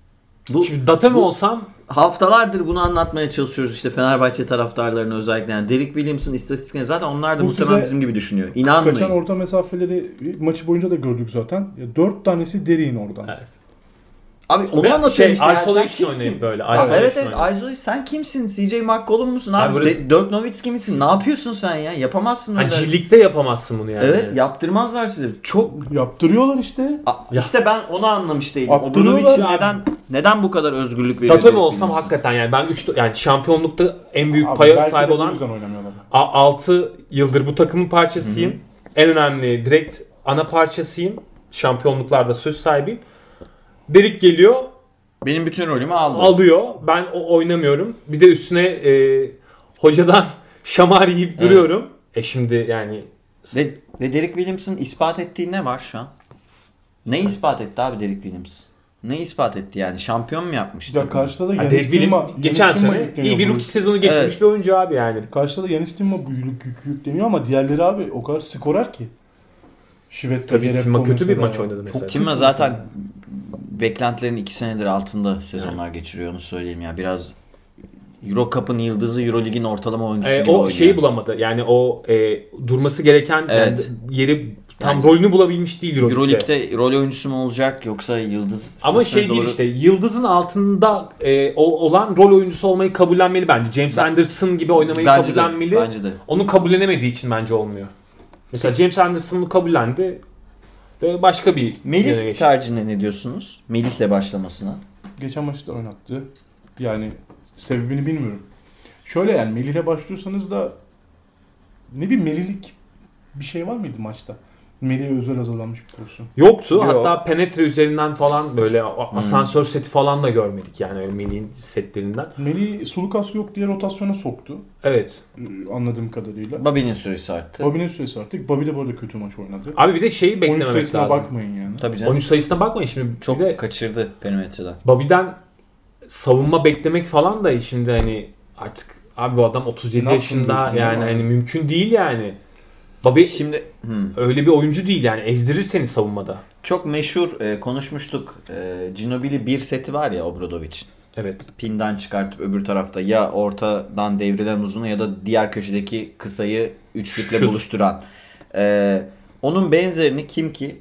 Speaker 3: Bu,
Speaker 2: Şimdi data mı
Speaker 3: bu,
Speaker 2: olsam
Speaker 3: haftalardır bunu anlatmaya çalışıyoruz işte Fenerbahçe taraftarlarına özellikle. Yani Derek Williams'ın istatistikleri zaten onlar da
Speaker 1: Bu
Speaker 3: muhtemelen bizim gibi düşünüyor. İnanmayın.
Speaker 1: Kaçan orta mesafeleri maçı boyunca da gördük zaten. Ya dört tanesi Derik'in oradan.
Speaker 2: evet.
Speaker 3: Abi onu
Speaker 2: Ve
Speaker 3: anlatıyorum
Speaker 2: şey,
Speaker 3: işte.
Speaker 2: isolation oynayıp böyle. Isolation
Speaker 3: Evet evet
Speaker 2: oynayıp.
Speaker 3: isolation. Sen kimsin? C J McCollum musun abi?
Speaker 2: Abi burası-
Speaker 3: De- Dirk Nowitzki misin? Ne yapıyorsun sen ya? Yapamazsın
Speaker 2: Ha,
Speaker 3: öyle.
Speaker 2: G-League'de yapamazsın bunu yani.
Speaker 3: Evet yaptırmazlar size. Çok
Speaker 1: Yaptırıyorlar işte.
Speaker 3: A- işte ben onu anlamış değilim.
Speaker 1: Attırıyorlar
Speaker 3: Obradoviç'in
Speaker 2: abi.
Speaker 3: neden neden bu kadar özgürlük veriyor?
Speaker 2: Data mı
Speaker 3: Derek
Speaker 2: olsam
Speaker 3: Williams'ın?
Speaker 2: hakikaten yani ben üç yani şampiyonlukta en büyük
Speaker 1: Abi
Speaker 2: paya
Speaker 1: belki
Speaker 2: sahip
Speaker 1: de bu
Speaker 2: olan
Speaker 1: yüzden oynamıyorlar.
Speaker 2: altı yıldır bu takımın parçasıyım. Hı-hı. En önemli direkt ana parçasıyım. Şampiyonluklarda söz sahibiyim. Derik geliyor.
Speaker 3: Benim bütün rolümü aldı.
Speaker 2: Alıyor. Ben o oynamıyorum. Bir de üstüne e, hocadan şamar yiyip evet. duruyorum. E şimdi yani
Speaker 3: ve, ve Derek Williams'ın ispat ettiği ne var şu an? Ne ispat etti abi Derek Williams? Ne ispat etti yani? Şampiyon mu yapmıştı?
Speaker 1: Ya karşıda da
Speaker 2: Yanis Derek Williams
Speaker 1: Timma,
Speaker 2: geçen
Speaker 1: Yanis Timma
Speaker 2: sene
Speaker 1: yükleniyor
Speaker 2: iyi bir
Speaker 1: bu
Speaker 2: rookie sezonu geçirmiş
Speaker 3: evet.
Speaker 2: bir oyuncu abi yani.
Speaker 1: Karşıda da Yanis Timma yük, yük yükleniyor ama diğerleri abi o kadar skorer ki. Şivet
Speaker 2: tabii Timma kötü bir maç oynadı mesela.
Speaker 3: Timma zaten beklentilerin iki senedir altında sezonlar evet. geçiriyor onu söyleyeyim ya. Biraz Euro Cup'ın yıldızı, Euro Lig'in ortalama oyuncusu
Speaker 2: ee,
Speaker 3: gibi
Speaker 2: o
Speaker 3: oynuyor.
Speaker 2: şeyi bulamadı. Yani o e, durması gereken
Speaker 3: evet.
Speaker 2: yani yeri tam
Speaker 3: yani,
Speaker 2: rolünü bulabilmiş değil Euro,
Speaker 3: Euro
Speaker 2: Lig'de.
Speaker 3: Lig'de rol oyuncusu mu olacak yoksa yıldız?
Speaker 2: Ama şey değil doğru... işte yıldızın altında e, olan rol oyuncusu olmayı kabullenmeli bence. James ben, Anderson gibi oynamayı bence kabullenmeli.
Speaker 3: De, bence de.
Speaker 2: Onu kabullenemediği için bence olmuyor. Mesela James Anderson'u kabullendi ve başka bir
Speaker 3: Melih tercihine ne diyorsunuz? Melih'le başlamasına.
Speaker 1: Geçen maçta oynattı. Yani sebebini bilmiyorum. Şöyle yani Melih'le başlıyorsanız da ne bir Melih'lik bir şey var mıydı maçta? Melih'e özel hazırlanmış bir pozisyon.
Speaker 2: Yoktu.
Speaker 3: Yok.
Speaker 2: Hatta penetre üzerinden falan böyle hmm. asansör seti falan da görmedik yani öyle Melih'in setlerinden.
Speaker 1: Melih Sulukas yok diye rotasyona soktu.
Speaker 2: Evet.
Speaker 1: Anladığım kadarıyla.
Speaker 3: Bobby'nin süresi arttı.
Speaker 1: Bobby'nin süresi arttı. Bobby de bu arada kötü maç oynadı.
Speaker 2: Abi bir de şeyi beklememek lazım.
Speaker 1: on üç sayısına bakmayın yani.
Speaker 3: Tabii canım.
Speaker 2: on üç sayısına bakmayın şimdi.
Speaker 3: Çok
Speaker 2: de
Speaker 3: kaçırdı perimetreden.
Speaker 2: Bobby'den savunma beklemek falan da şimdi hani artık abi bu adam otuz yedi yaşında yani hani mümkün değil yani. Bobby
Speaker 3: şimdi hmm.
Speaker 2: öyle bir oyuncu değil yani ezdirir seni savunmada.
Speaker 3: Çok meşhur e, konuşmuştuk. E, Ginobili bir seti var ya Obradovic'in.
Speaker 2: Evet.
Speaker 3: Pinden çıkartıp öbür tarafta ya ortadan devrilen uzunu ya da diğer köşedeki kısayı üçlükle Şut. buluşturan. E, onun benzerini kim ki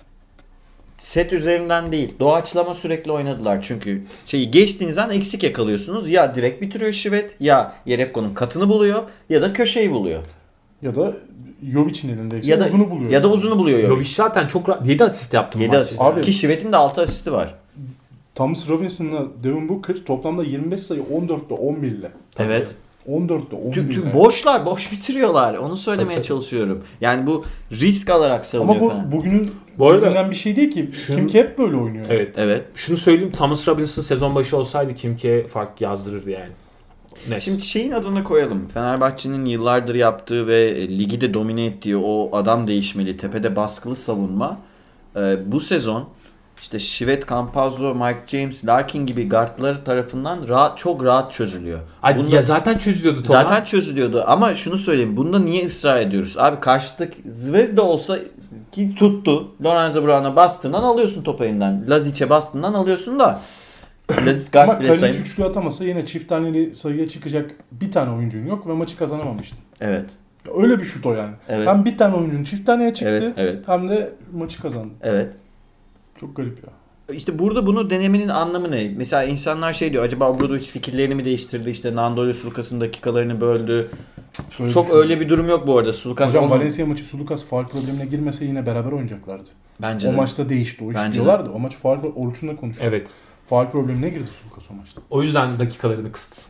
Speaker 3: set üzerinden değil. Doğaçlama sürekli oynadılar. Çünkü şeyi geçtiğiniz an eksik yakalıyorsunuz. Ya direkt bitiriyor Şivet ya Jerebko'nun katını buluyor ya da köşeyi buluyor.
Speaker 1: Ya da Jovic'in elindeyse
Speaker 3: ya da,
Speaker 1: uzunu buluyor.
Speaker 3: Ya da uzunu buluyor Jovic.
Speaker 2: Jovic zaten çok rahat. yedi asist yaptı bu
Speaker 3: yedi asist. Abi. Ki Şivet'in de altı asisti var.
Speaker 1: Thomas Robinson'la Devin Booker toplamda yirmi beş sayı on dörtte on bir ile.
Speaker 3: Evet.
Speaker 1: on dörtte on bir
Speaker 3: çünkü, çünkü boşlar, boş bitiriyorlar. Onu söylemeye tabii, çalışıyorum. Yani bu risk alarak savunuyor
Speaker 1: falan. Ama bu bugünün bu arada bir şey değil ki. Şunu, Kimki hep böyle oynuyor.
Speaker 2: Evet. Evet. Şunu söyleyeyim. Thomas Robinson sezon başı olsaydı Kimki'ye fark yazdırırdı yani. Net.
Speaker 3: Şimdi şeyin adını koyalım. Fenerbahçe'nin yıllardır yaptığı ve ligi de domine ettiği o adam değişmeli, tepede baskılı savunma e, bu sezon işte Şivet, Campazzo, Mike James, Larkin gibi guardlar tarafından rahat, çok rahat çözülüyor.
Speaker 2: Ay, bunda, ya zaten çözülüyordu Toma.
Speaker 3: Zaten çözülüyordu ama şunu söyleyeyim. Bunda niye ısrar ediyoruz? Abi karşıdaki Zvezda olsa ki tuttu. Lorenzo Brown'a bastığından alıyorsun topu elinden. Lazic'e bastığından alıyorsun da
Speaker 1: ama Kalic üçlü atamasa yine çift taneli sayıya çıkacak bir tane oyuncun yok ve maçı kazanamamıştın.
Speaker 3: Evet.
Speaker 1: Öyle bir şut o yani.
Speaker 3: Evet.
Speaker 1: Hem bir tane oyuncun çift taneye çıktı
Speaker 3: evet, evet.
Speaker 1: hem de maçı kazandı.
Speaker 3: Evet.
Speaker 1: Çok garip ya.
Speaker 3: İşte burada bunu denemenin anlamı ne? Mesela insanlar şey diyor, acaba Obradovic fikirlerini mi değiştirdi? İşte Nando ile Sulukas'ın dakikalarını böldü. Öyle çok öyle bir durum yok bu arada. Sulukas
Speaker 1: Hocam
Speaker 3: onun...
Speaker 1: Valencia maçı Sulukas faul problemine girmese yine beraber oynayacaklardı.
Speaker 3: Bence
Speaker 1: o
Speaker 3: de.
Speaker 1: maçta değişti. O iş
Speaker 3: Bence
Speaker 1: diyorlardı.
Speaker 3: De.
Speaker 1: O maç faul Oruç'unla konuşuyor.
Speaker 2: Evet.
Speaker 1: Faul problemine girdi Sulukas o maçta.
Speaker 2: O yüzden dakikalarını kıstı.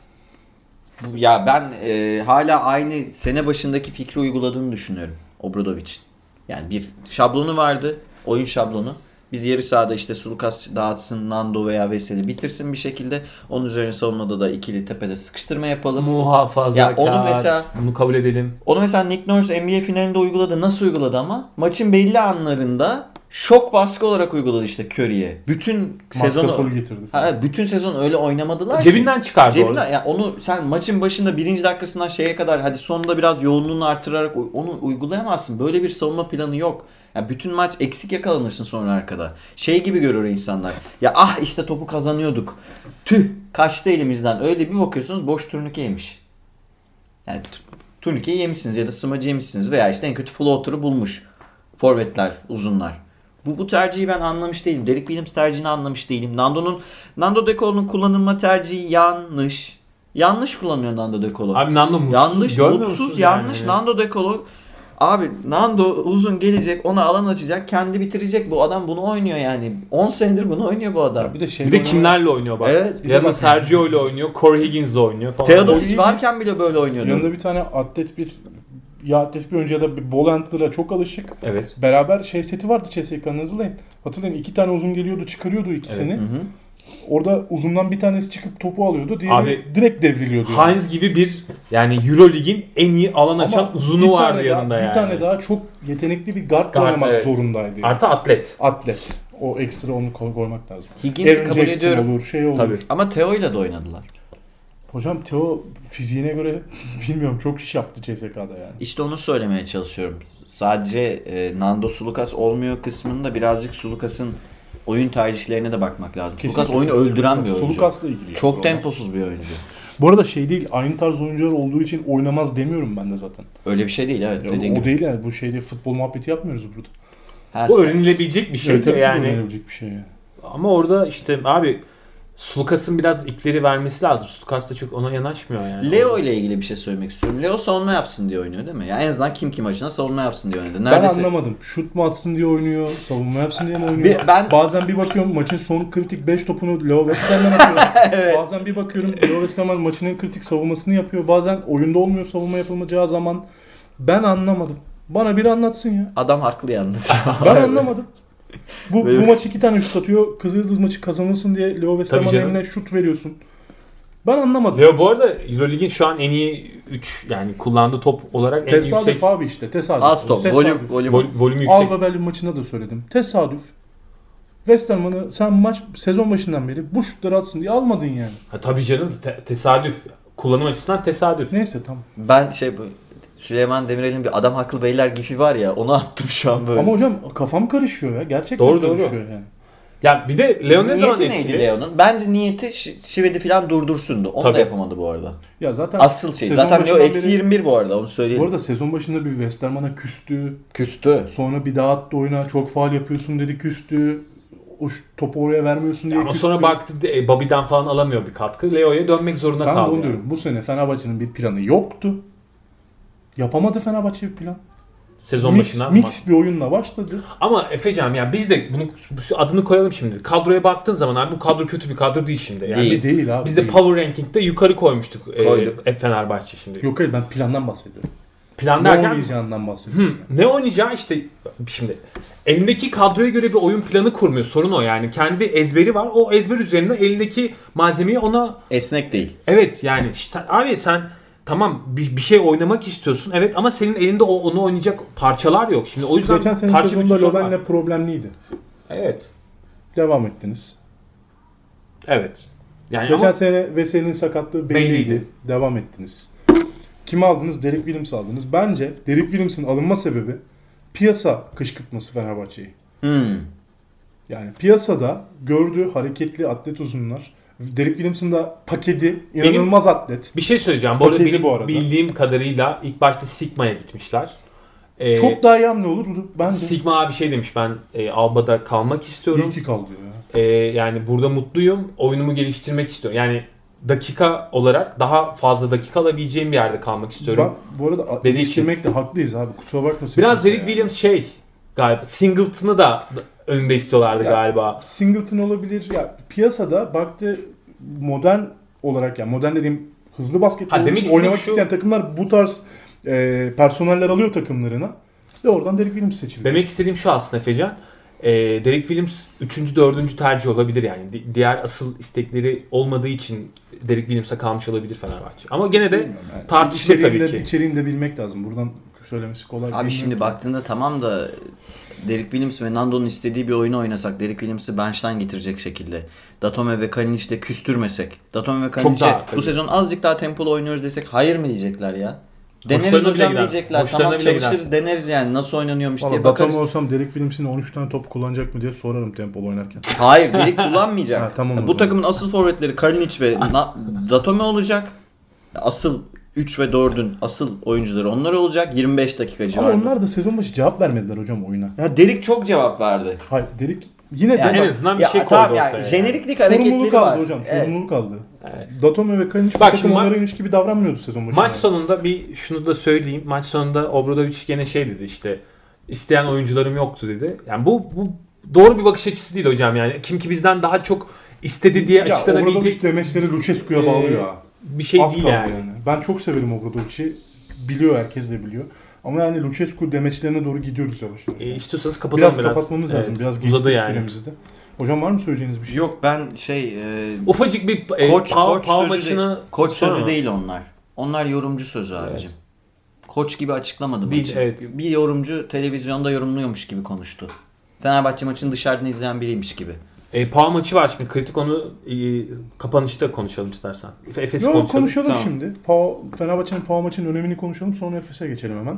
Speaker 3: Ya ben e, hala aynı sene başındaki fikri uyguladığını düşünüyorum Obradovic'in. Yani bir şablonu vardı. Oyun şablonu. Biz yarı sahada işte Sulukas dağıtsın, Nando veya Veseli bitirsin bir şekilde. Onun üzerine savunmada da ikili tepede sıkıştırma yapalım.
Speaker 2: Muhafazakar.
Speaker 3: Ya onu mesela,
Speaker 2: bunu kabul edelim.
Speaker 3: Onu mesela Nick Nurse N B A finalinde uyguladı. Nasıl uyguladı ama? Maçın belli anlarında şok baskı olarak uyguladı işte Curry'e. Bütün sezonu
Speaker 1: getirdi.
Speaker 3: Ha, bütün sezon öyle oynamadılar.
Speaker 2: Cebinden
Speaker 3: ki.
Speaker 2: çıkardı
Speaker 3: Cebinden, yani onu sen maçın başında birinci dakikasından şeye kadar hadi sonunda biraz yoğunluğunu artırarak onu uygulayamazsın. Böyle bir savunma planı yok. Ya bütün maç eksik yakalanırsın sonra arkada. Şey gibi görür insanlar. Ya ah işte topu kazanıyorduk. Tüh kaçtı elimizden. Öyle bir bakıyorsunuz boş turnike yemiş. Yani turnikeyi yemişsiniz ya da smacı yemişsiniz veya işte en kötü floater'ı bulmuş. Forvetler, uzunlar. Bu, bu tercihi ben anlamış değilim. Derek Williams tercihini anlamış değilim. Nando'nun Nando De Colo'nun kullanılma tercihi yanlış. Yanlış kullanıyor Nando De Colo.
Speaker 2: Abi Nando mutsuz.
Speaker 3: Yanlış, mutsuz, yanlış.
Speaker 2: Yani?
Speaker 3: Nando De Colo abi Nando uzun gelecek, ona alan açacak, kendi bitirecek. Bu adam bunu oynuyor yani. on senedir bunu oynuyor bu adam.
Speaker 1: Bir de, şey
Speaker 2: bir de kimlerle oynuyor bak.
Speaker 3: Evet.
Speaker 2: Yanında Sergio ile oynuyor, Corey Higgins'le oynuyor falan.
Speaker 3: Teodosic varken bile böyle oynuyordu.
Speaker 1: Yanında bir tane atlet bir ya atlet bir oyuncuya da bir ball handler'a çok alışık.
Speaker 2: Evet.
Speaker 1: Beraber şey seti vardı C S K A'nın, hazırlayın. Hatırlayın, iki tane uzun geliyordu, çıkarıyordu ikisini.
Speaker 3: Evet. Hı hı.
Speaker 1: Orada uzundan bir tanesi çıkıp topu alıyordu. Diğeri
Speaker 2: Abi,
Speaker 1: direkt devriliyordu.
Speaker 2: Heinz yani. Gibi bir yani Eurolig'in en iyi alan açan
Speaker 1: Ama
Speaker 2: uzunu vardı
Speaker 1: daha,
Speaker 2: yanında yani.
Speaker 1: Bir tane daha çok yetenekli bir guard,
Speaker 2: guard
Speaker 1: oynamak
Speaker 2: evet.
Speaker 1: zorundaydı. Yani.
Speaker 2: Artı atlet.
Speaker 1: Atlet. O ekstra onu koymak lazım.
Speaker 3: Higgins'i
Speaker 1: Aaron
Speaker 3: kabul
Speaker 1: Jackson
Speaker 3: ediyorum.
Speaker 1: olur, şey olur.
Speaker 2: Tabii.
Speaker 3: Ama Theo'yla da oynadılar.
Speaker 1: Hocam Theo fiziğine göre bilmiyorum çok iş yaptı C S K A'da yani.
Speaker 3: İşte onu söylemeye çalışıyorum. Sadece e, Nando Sulukas olmuyor kısmında birazcık Sulukas'ın oyun tercihlerine de bakmak lazım.
Speaker 1: Kesinlikle
Speaker 3: Sulukas oyunu öldüren bir oyuncu.
Speaker 1: Sulukas'la ilgili.
Speaker 3: Çok
Speaker 1: yani.
Speaker 3: temposuz bir oyuncu.
Speaker 1: Bu arada şey değil, aynı tarz oyuncular olduğu için oynamaz demiyorum ben de zaten.
Speaker 3: Öyle bir şey değil evet.
Speaker 1: Ya, o
Speaker 3: gibi.
Speaker 1: değil yani, bu şeyde futbol muhabbeti yapmıyoruz burada.
Speaker 3: Ha,
Speaker 2: Bu
Speaker 3: sen...
Speaker 2: öğrenilebilecek bir şey
Speaker 1: Evet,
Speaker 2: yani.
Speaker 1: öğrenilebilecek bir şey yani.
Speaker 2: Ama orada işte abi Sulukas'ın biraz ipleri vermesi lazım. Sulukas da çok ona yanaşmıyor yani.
Speaker 3: Leo ile ilgili bir şey söylemek istiyorum. Leo savunma yapsın diye oynuyor değil mi? Yani en azından kim kim maçına savunma yapsın diye oynadı.
Speaker 1: Neredeyse... Ben anlamadım. Şut mu atsın diye oynuyor, savunma yapsın diye mi oynuyor?
Speaker 3: Bir, ben...
Speaker 1: Bazen bir bakıyorum maçın son kritik beş topunu Leo Westerman atıyor. Evet. Bazen bir bakıyorum Leo Westerman maçın en kritik savunmasını yapıyor. Bazen oyunda olmuyor savunma yapılmayacağı zaman. Ben anlamadım. Bana biri anlatsın ya.
Speaker 3: Adam haklı yalnız.
Speaker 1: Ben anlamadım. Bu, bu maç iki tane şut atıyor. Kızıldız maçı kazanılsın diye Leo Westerman'ın eline şut veriyorsun. Ben anlamadım.
Speaker 2: Leo bu arada Eurolig'in şu an en iyi üç yani kullandığı top olarak en
Speaker 1: tesadüf
Speaker 2: yüksek.
Speaker 1: Abi işte tesadüf.
Speaker 3: Az top. Volüm, volüm.
Speaker 2: Vol, volüm yüksek.
Speaker 1: Alba Berlin maçında da söyledim. Tesadüf. Westerman'ı sen maç sezon başından beri bu şutları atsın diye almadın yani.
Speaker 2: Ha, tabii canım te- tesadüf. Kullanım açısından tesadüf.
Speaker 1: Neyse tamam.
Speaker 3: Ben şey bu Süleyman Demirel'in bir adam haklı beyler gifi var ya onu attım şu an böyle.
Speaker 1: Ama hocam kafam karışıyor ya. Gerçekten
Speaker 2: doğru,
Speaker 1: karışıyor
Speaker 2: doğru.
Speaker 1: yani.
Speaker 2: Ya bir de Leo ne zaman
Speaker 3: niyeti
Speaker 2: etkili?
Speaker 3: neydi Leo'nun? Bence niyeti Şivedi falan durdursundu. Onu
Speaker 2: Tabii.
Speaker 3: da yapamadı bu arada.
Speaker 1: Ya zaten
Speaker 3: asıl şey. Zaten Leo eksi yirmi bir bu arada onu söyleyelim.
Speaker 1: Bu arada sezon başında bir Westerman'a küstü.
Speaker 3: Küstü.
Speaker 1: Sonra bir daha attı oyuna. Çok faul yapıyorsun dedi, küstü. O topu oraya vermiyorsun diye
Speaker 2: Ama
Speaker 1: küstü.
Speaker 2: sonra baktı e, Bobby'den falan alamıyor bir katkı. Leo'ya dönmek zorunda
Speaker 1: ben
Speaker 2: kaldı.
Speaker 1: Ben
Speaker 2: yani.
Speaker 1: diyorum. Bu sene Fenerbahçe'nin bir planı yoktu. Yapamadı Fenerbahçe bir plan.
Speaker 2: Sezon
Speaker 1: mix,
Speaker 2: başından.
Speaker 1: Mix bir oyunla başladı.
Speaker 2: Ama Efecan yani biz de bunu adını koyalım şimdi. Kadroya baktığın zaman abi bu kadro kötü bir kadro değil şimdi. Yani
Speaker 3: değil,
Speaker 2: biz,
Speaker 1: değil abi.
Speaker 2: Biz de
Speaker 1: değil.
Speaker 2: Power Ranking'de yukarı koymuştuk e, Fenerbahçe şimdi.
Speaker 1: Yok hayır ben plandan bahsediyorum.
Speaker 2: Plan
Speaker 1: ne
Speaker 2: derken
Speaker 1: oynayacağından bahsediyorum.
Speaker 2: Hı, ne oynayacağı işte şimdi elindeki kadroya göre bir oyun planı kurmuyor. Sorun o yani. Kendi ezberi var. O ezber üzerine elindeki malzemeyi ona
Speaker 3: esnek değil.
Speaker 2: Evet yani sen, abi sen tamam bir, bir şey oynamak istiyorsun evet ama senin elinde o, onu oynayacak parçalar yok. Şimdi o yüzden
Speaker 1: geçen sene
Speaker 2: parça
Speaker 1: sezonda Löwen'le problemliydi.
Speaker 2: Evet.
Speaker 1: Devam ettiniz.
Speaker 2: Evet. Yani
Speaker 1: geçen
Speaker 2: ama...
Speaker 1: sene Veseli'nin sakatlığı belliydi. belliydi. Devam ettiniz. Kimi aldınız? Derek Williams aldınız. Bence Derek Williams'ın alınma sebebi piyasa kışkırtması Fenerbahçe'yi.
Speaker 3: Hmm.
Speaker 1: Yani piyasada gördüğü hareketli atlet uzunlar. Derek Williams'ın da paketi inanılmaz benim, atlet.
Speaker 2: Bir şey söyleyeceğim. Bu arada, benim, bu arada bildiğim kadarıyla ilk başta Sigma'ya gitmişler.
Speaker 1: Ee, Çok daha iyi hamle olurdu bence.
Speaker 2: Sigma abi şey demiş ben e, Alba'da kalmak istiyorum.
Speaker 1: İyi ki kaldı ya.
Speaker 2: E, yani burada mutluyum. Oyunumu geliştirmek istiyorum. Yani dakika olarak daha fazla dakika alabileceğim bir yerde kalmak istiyorum.
Speaker 1: Ben, bu arada geliştirmekte haklıyız abi. Kusura bakma.
Speaker 2: Biraz Derek yani. Williams şey galiba Singleton'ı da önünde istiyorlardı ya, galiba.
Speaker 1: Singleton olabilir. Ya piyasada baktı modern olarak yani modern dediğim hızlı basketbol oynamak şu... isteyen takımlar bu tarz e, personeller alıyor takımlarına ve oradan Derek Williams seçiliyor.
Speaker 2: Demek istediğim şu aslında Efecan. E, Derek Williams üçüncü dördüncü tercih olabilir yani. Di- diğer asıl istekleri olmadığı için Derek Williams'a kalmış olabilir Fenerbahçe. Ama gene de yani tartışılır tabii ki.
Speaker 1: İçeriğini de bilmek lazım. Buradan söylemesi kolay değil.
Speaker 3: Abi şimdi baktığında tamam da Derek Williams ve Nando'nun istediği bir oyunu oynasak, Derek Williams'ı bench'ten getirecek şekilde, Datome ve Kalinic'te küstürmesek, Datome ve Kalinic'e bu sezon azıcık daha tempolu oynuyoruz desek hayır mı diyecekler ya? Deneriz
Speaker 2: Hoşlarına bile
Speaker 3: hocam
Speaker 2: gider.
Speaker 3: diyecekler.
Speaker 2: Hoşlarına
Speaker 3: Tamam
Speaker 2: bile gider.
Speaker 3: çalışırız deneriz yani nasıl oynanıyormuş
Speaker 1: Valla
Speaker 3: diye
Speaker 1: datam
Speaker 3: bakarız.
Speaker 1: olsam Derek Williams'in on üç tane top kullanacak mı diye sorarım tempolu oynarken.
Speaker 3: Hayır Derek kullanmayacak.
Speaker 1: Ha, tamam o
Speaker 3: Bu
Speaker 1: zaman.
Speaker 3: takımın asıl forvetleri Kalinic ve Na- Datome olacak. Asıl üç ve dördün asıl oyuncuları onlar olacak. yirmi beş dakika
Speaker 1: Ama
Speaker 3: civarında.
Speaker 1: onlar da sezon başı cevap vermediler hocam oyuna.
Speaker 3: Ya Derek çok cevap verdi.
Speaker 1: Hayır Derek yine de
Speaker 3: Yani
Speaker 2: en
Speaker 1: bak,
Speaker 2: azından bir
Speaker 3: Ya
Speaker 2: şey koydu
Speaker 3: tamam
Speaker 2: ortaya.
Speaker 3: yani
Speaker 2: yani.
Speaker 3: jeneriklik
Speaker 1: sorumluluk
Speaker 3: hareketleri
Speaker 1: aldı
Speaker 3: var.
Speaker 1: hocam.
Speaker 3: Evet.
Speaker 1: Sorumluluk aldı.
Speaker 2: Evet.
Speaker 1: Datome ve Kalinic bu
Speaker 2: Bak
Speaker 1: takım
Speaker 2: şimdi ma-
Speaker 1: onlaraymış gibi davranmıyordu sezon başında.
Speaker 2: Maç sonunda bir şunu da söyleyeyim. Maç sonunda Obradovic gene şey dedi işte isteyen oyuncularım yoktu dedi. Yani bu bu doğru bir bakış açısı değil hocam yani. Kim ki bizden daha çok istedi diye
Speaker 1: Ya
Speaker 2: açıklanabilecek
Speaker 1: Obradovic demeçleri Lucescu'ya
Speaker 2: Ee,
Speaker 1: bağlıyor ha.
Speaker 2: bir şey
Speaker 1: Az
Speaker 2: değil
Speaker 1: kaldı
Speaker 2: yani.
Speaker 1: yani. Ben çok severim Obradovic'i. Biliyor, herkes de biliyor. Ama yani Lucescu demeçlerine doğru gidiyoruz yavaş yavaş.
Speaker 2: E, istiyorsanız kapatalım
Speaker 1: biraz,
Speaker 2: biraz.
Speaker 1: kapatmamız lazım.
Speaker 2: Evet,
Speaker 1: Biraz geçti
Speaker 2: uzadı yani.
Speaker 1: süremizi de. Hocam var mı söyleyeceğiniz bir şey?
Speaker 3: Yok ben şey e,
Speaker 2: Ufacık bir e,
Speaker 3: koç,
Speaker 2: Pau,
Speaker 3: koç,
Speaker 2: Pau
Speaker 3: sözü,
Speaker 2: maçını
Speaker 3: değil, koç
Speaker 2: sonra
Speaker 3: sözü
Speaker 2: mı?
Speaker 3: değil onlar. Onlar yorumcu sözü abicim. Koç gibi açıklamadı
Speaker 2: Değil,
Speaker 3: maçı.
Speaker 2: evet.
Speaker 3: Bir yorumcu televizyonda yorumluyormuş gibi konuştu. Fenerbahçe maçını dışarıdan izleyen biriymiş gibi.
Speaker 2: E, Pau maçı var şimdi. Kritik onu e, kapanışta konuşalım istersen. Efes'i
Speaker 1: Yok
Speaker 2: konuşalım.
Speaker 1: konuşalım
Speaker 3: Tamam.
Speaker 1: şimdi. Pau, Fenerbahçe'nin Pau maçının önemini konuşalım. Sonra Efes'e geçelim hemen.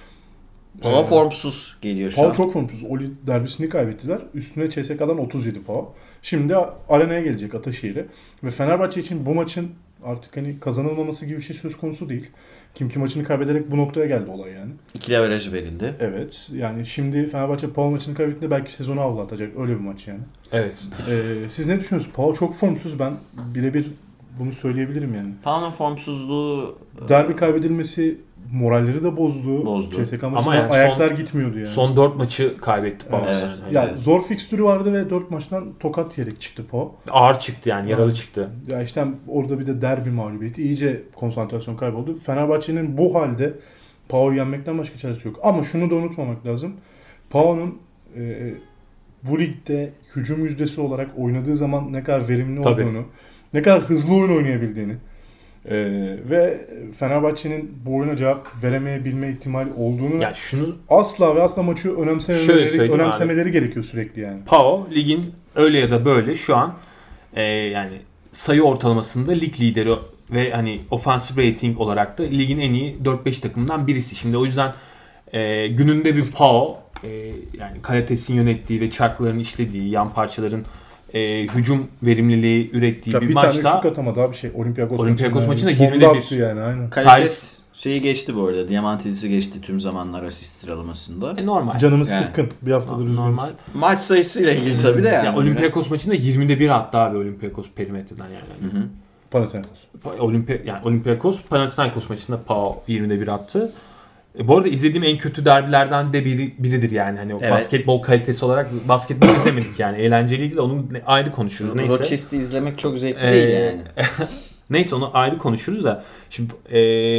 Speaker 3: Pau
Speaker 1: Ee,
Speaker 3: formsuz geliyor şu
Speaker 1: Pau
Speaker 3: an.
Speaker 1: çok formsuz. Oli derbisini kaybettiler. Üstüne C S K'dan otuz yedi Pau. Şimdi arenaya gelecek Ataşehir'e. Ve Fenerbahçe için bu maçın artık hani kazanılmaması gibi bir şey söz konusu değil. Kim ki maçını kaybederek bu noktaya geldi olay yani.
Speaker 3: İkili averajı verildi.
Speaker 1: Evet. Yani şimdi Fenerbahçe Pau maçını kaybettiğinde belki sezonu avlatacak. Öyle bir maç yani.
Speaker 2: Evet.
Speaker 1: Ee, siz ne düşünüyorsunuz? Pau çok formsuz. Ben birebir bunu söyleyebilirim yani.
Speaker 3: Pau'nun formsuzluğu
Speaker 1: Derbi kaybedilmesi moralleri de bozdu.
Speaker 3: Bozdu.
Speaker 1: C S K
Speaker 2: Ama
Speaker 1: maçında
Speaker 2: yani son-
Speaker 1: ayaklar gitmiyordu yani.
Speaker 2: Son dört maçı kaybetti Pau.
Speaker 1: Evet.
Speaker 2: Yani.
Speaker 1: Yani
Speaker 3: Evet.
Speaker 1: zor fikstürü vardı ve dört maçtan tokat yiyerek çıktı Pau.
Speaker 2: Ağır çıktı yani. Yaralı
Speaker 1: Evet.
Speaker 2: çıktı.
Speaker 1: Ya işte orada bir de derbi mağlubiyeti. İyice konsantrasyon kayboldu. Fenerbahçe'nin bu halde Pau'yu yenmekten başka çaresi yok. Ama şunu da unutmamak lazım. Pau'nun e, bu ligde hücum yüzdesi olarak oynadığı zaman ne kadar verimli
Speaker 2: Tabii.
Speaker 1: olduğunu, ne kadar hızlı oyun oynayabildiğini e, ve Fenerbahçe'nin bu oyuna cevap veremeyebilme ihtimali olduğunu
Speaker 2: Yani şunu
Speaker 1: asla ve asla maçı
Speaker 2: Şöyle
Speaker 1: önemsemeleri,
Speaker 2: söyleyeyim
Speaker 1: önemsemeleri gerekiyor sürekli yani.
Speaker 2: Pau ligin öyle ya da böyle şu an e, yani sayı ortalamasında lig lideri ve hani offensive rating olarak da ligin en iyi dört beş takımından birisi. Şimdi o yüzden e, gününde bir Pau e, yani Karates'in yönettiği ve çarkların işlediği, yan parçaların e, hücum verimliliği ürettiği
Speaker 1: Ya
Speaker 2: bir,
Speaker 1: bir tane
Speaker 2: maçta
Speaker 1: şut atamadı abi şey Olympiakos,
Speaker 2: Olympiakos maçında
Speaker 1: Sonda
Speaker 2: yirmide bir.
Speaker 1: attı yani aynen.
Speaker 3: Kalites şeyi geçti bu arada. Diamantidis'i geçti tüm zamanlar asist sıralamasında.
Speaker 2: e, normal.
Speaker 1: Canımız
Speaker 3: Yani.
Speaker 1: sıkkın. Bir haftadır üzgünüz.
Speaker 2: Normal.
Speaker 3: Maç sayısıyla ilgili tabii de yani.
Speaker 2: Ya Olympiakos maçında yirmide bir attı abi Olympiakos perimetreden yani.
Speaker 3: Hı hı.
Speaker 1: Panathinaikos.
Speaker 2: Olimpi yani Olympiakos Panathinaikos maçında Pau yirmide bir attı. E, bu arada izlediğim en kötü derbilerden de biri, biridir yani. Hani o
Speaker 3: Evet.
Speaker 2: basketbol kalitesi olarak basketbol izlemedik yani. Eğlenceliydi de onu ayrı konuşuruz. Neyse.
Speaker 3: Rochester izlemek çok zevkli
Speaker 2: Ee,
Speaker 3: değil yani.
Speaker 2: Neyse onu ayrı konuşuruz da. Şimdi e,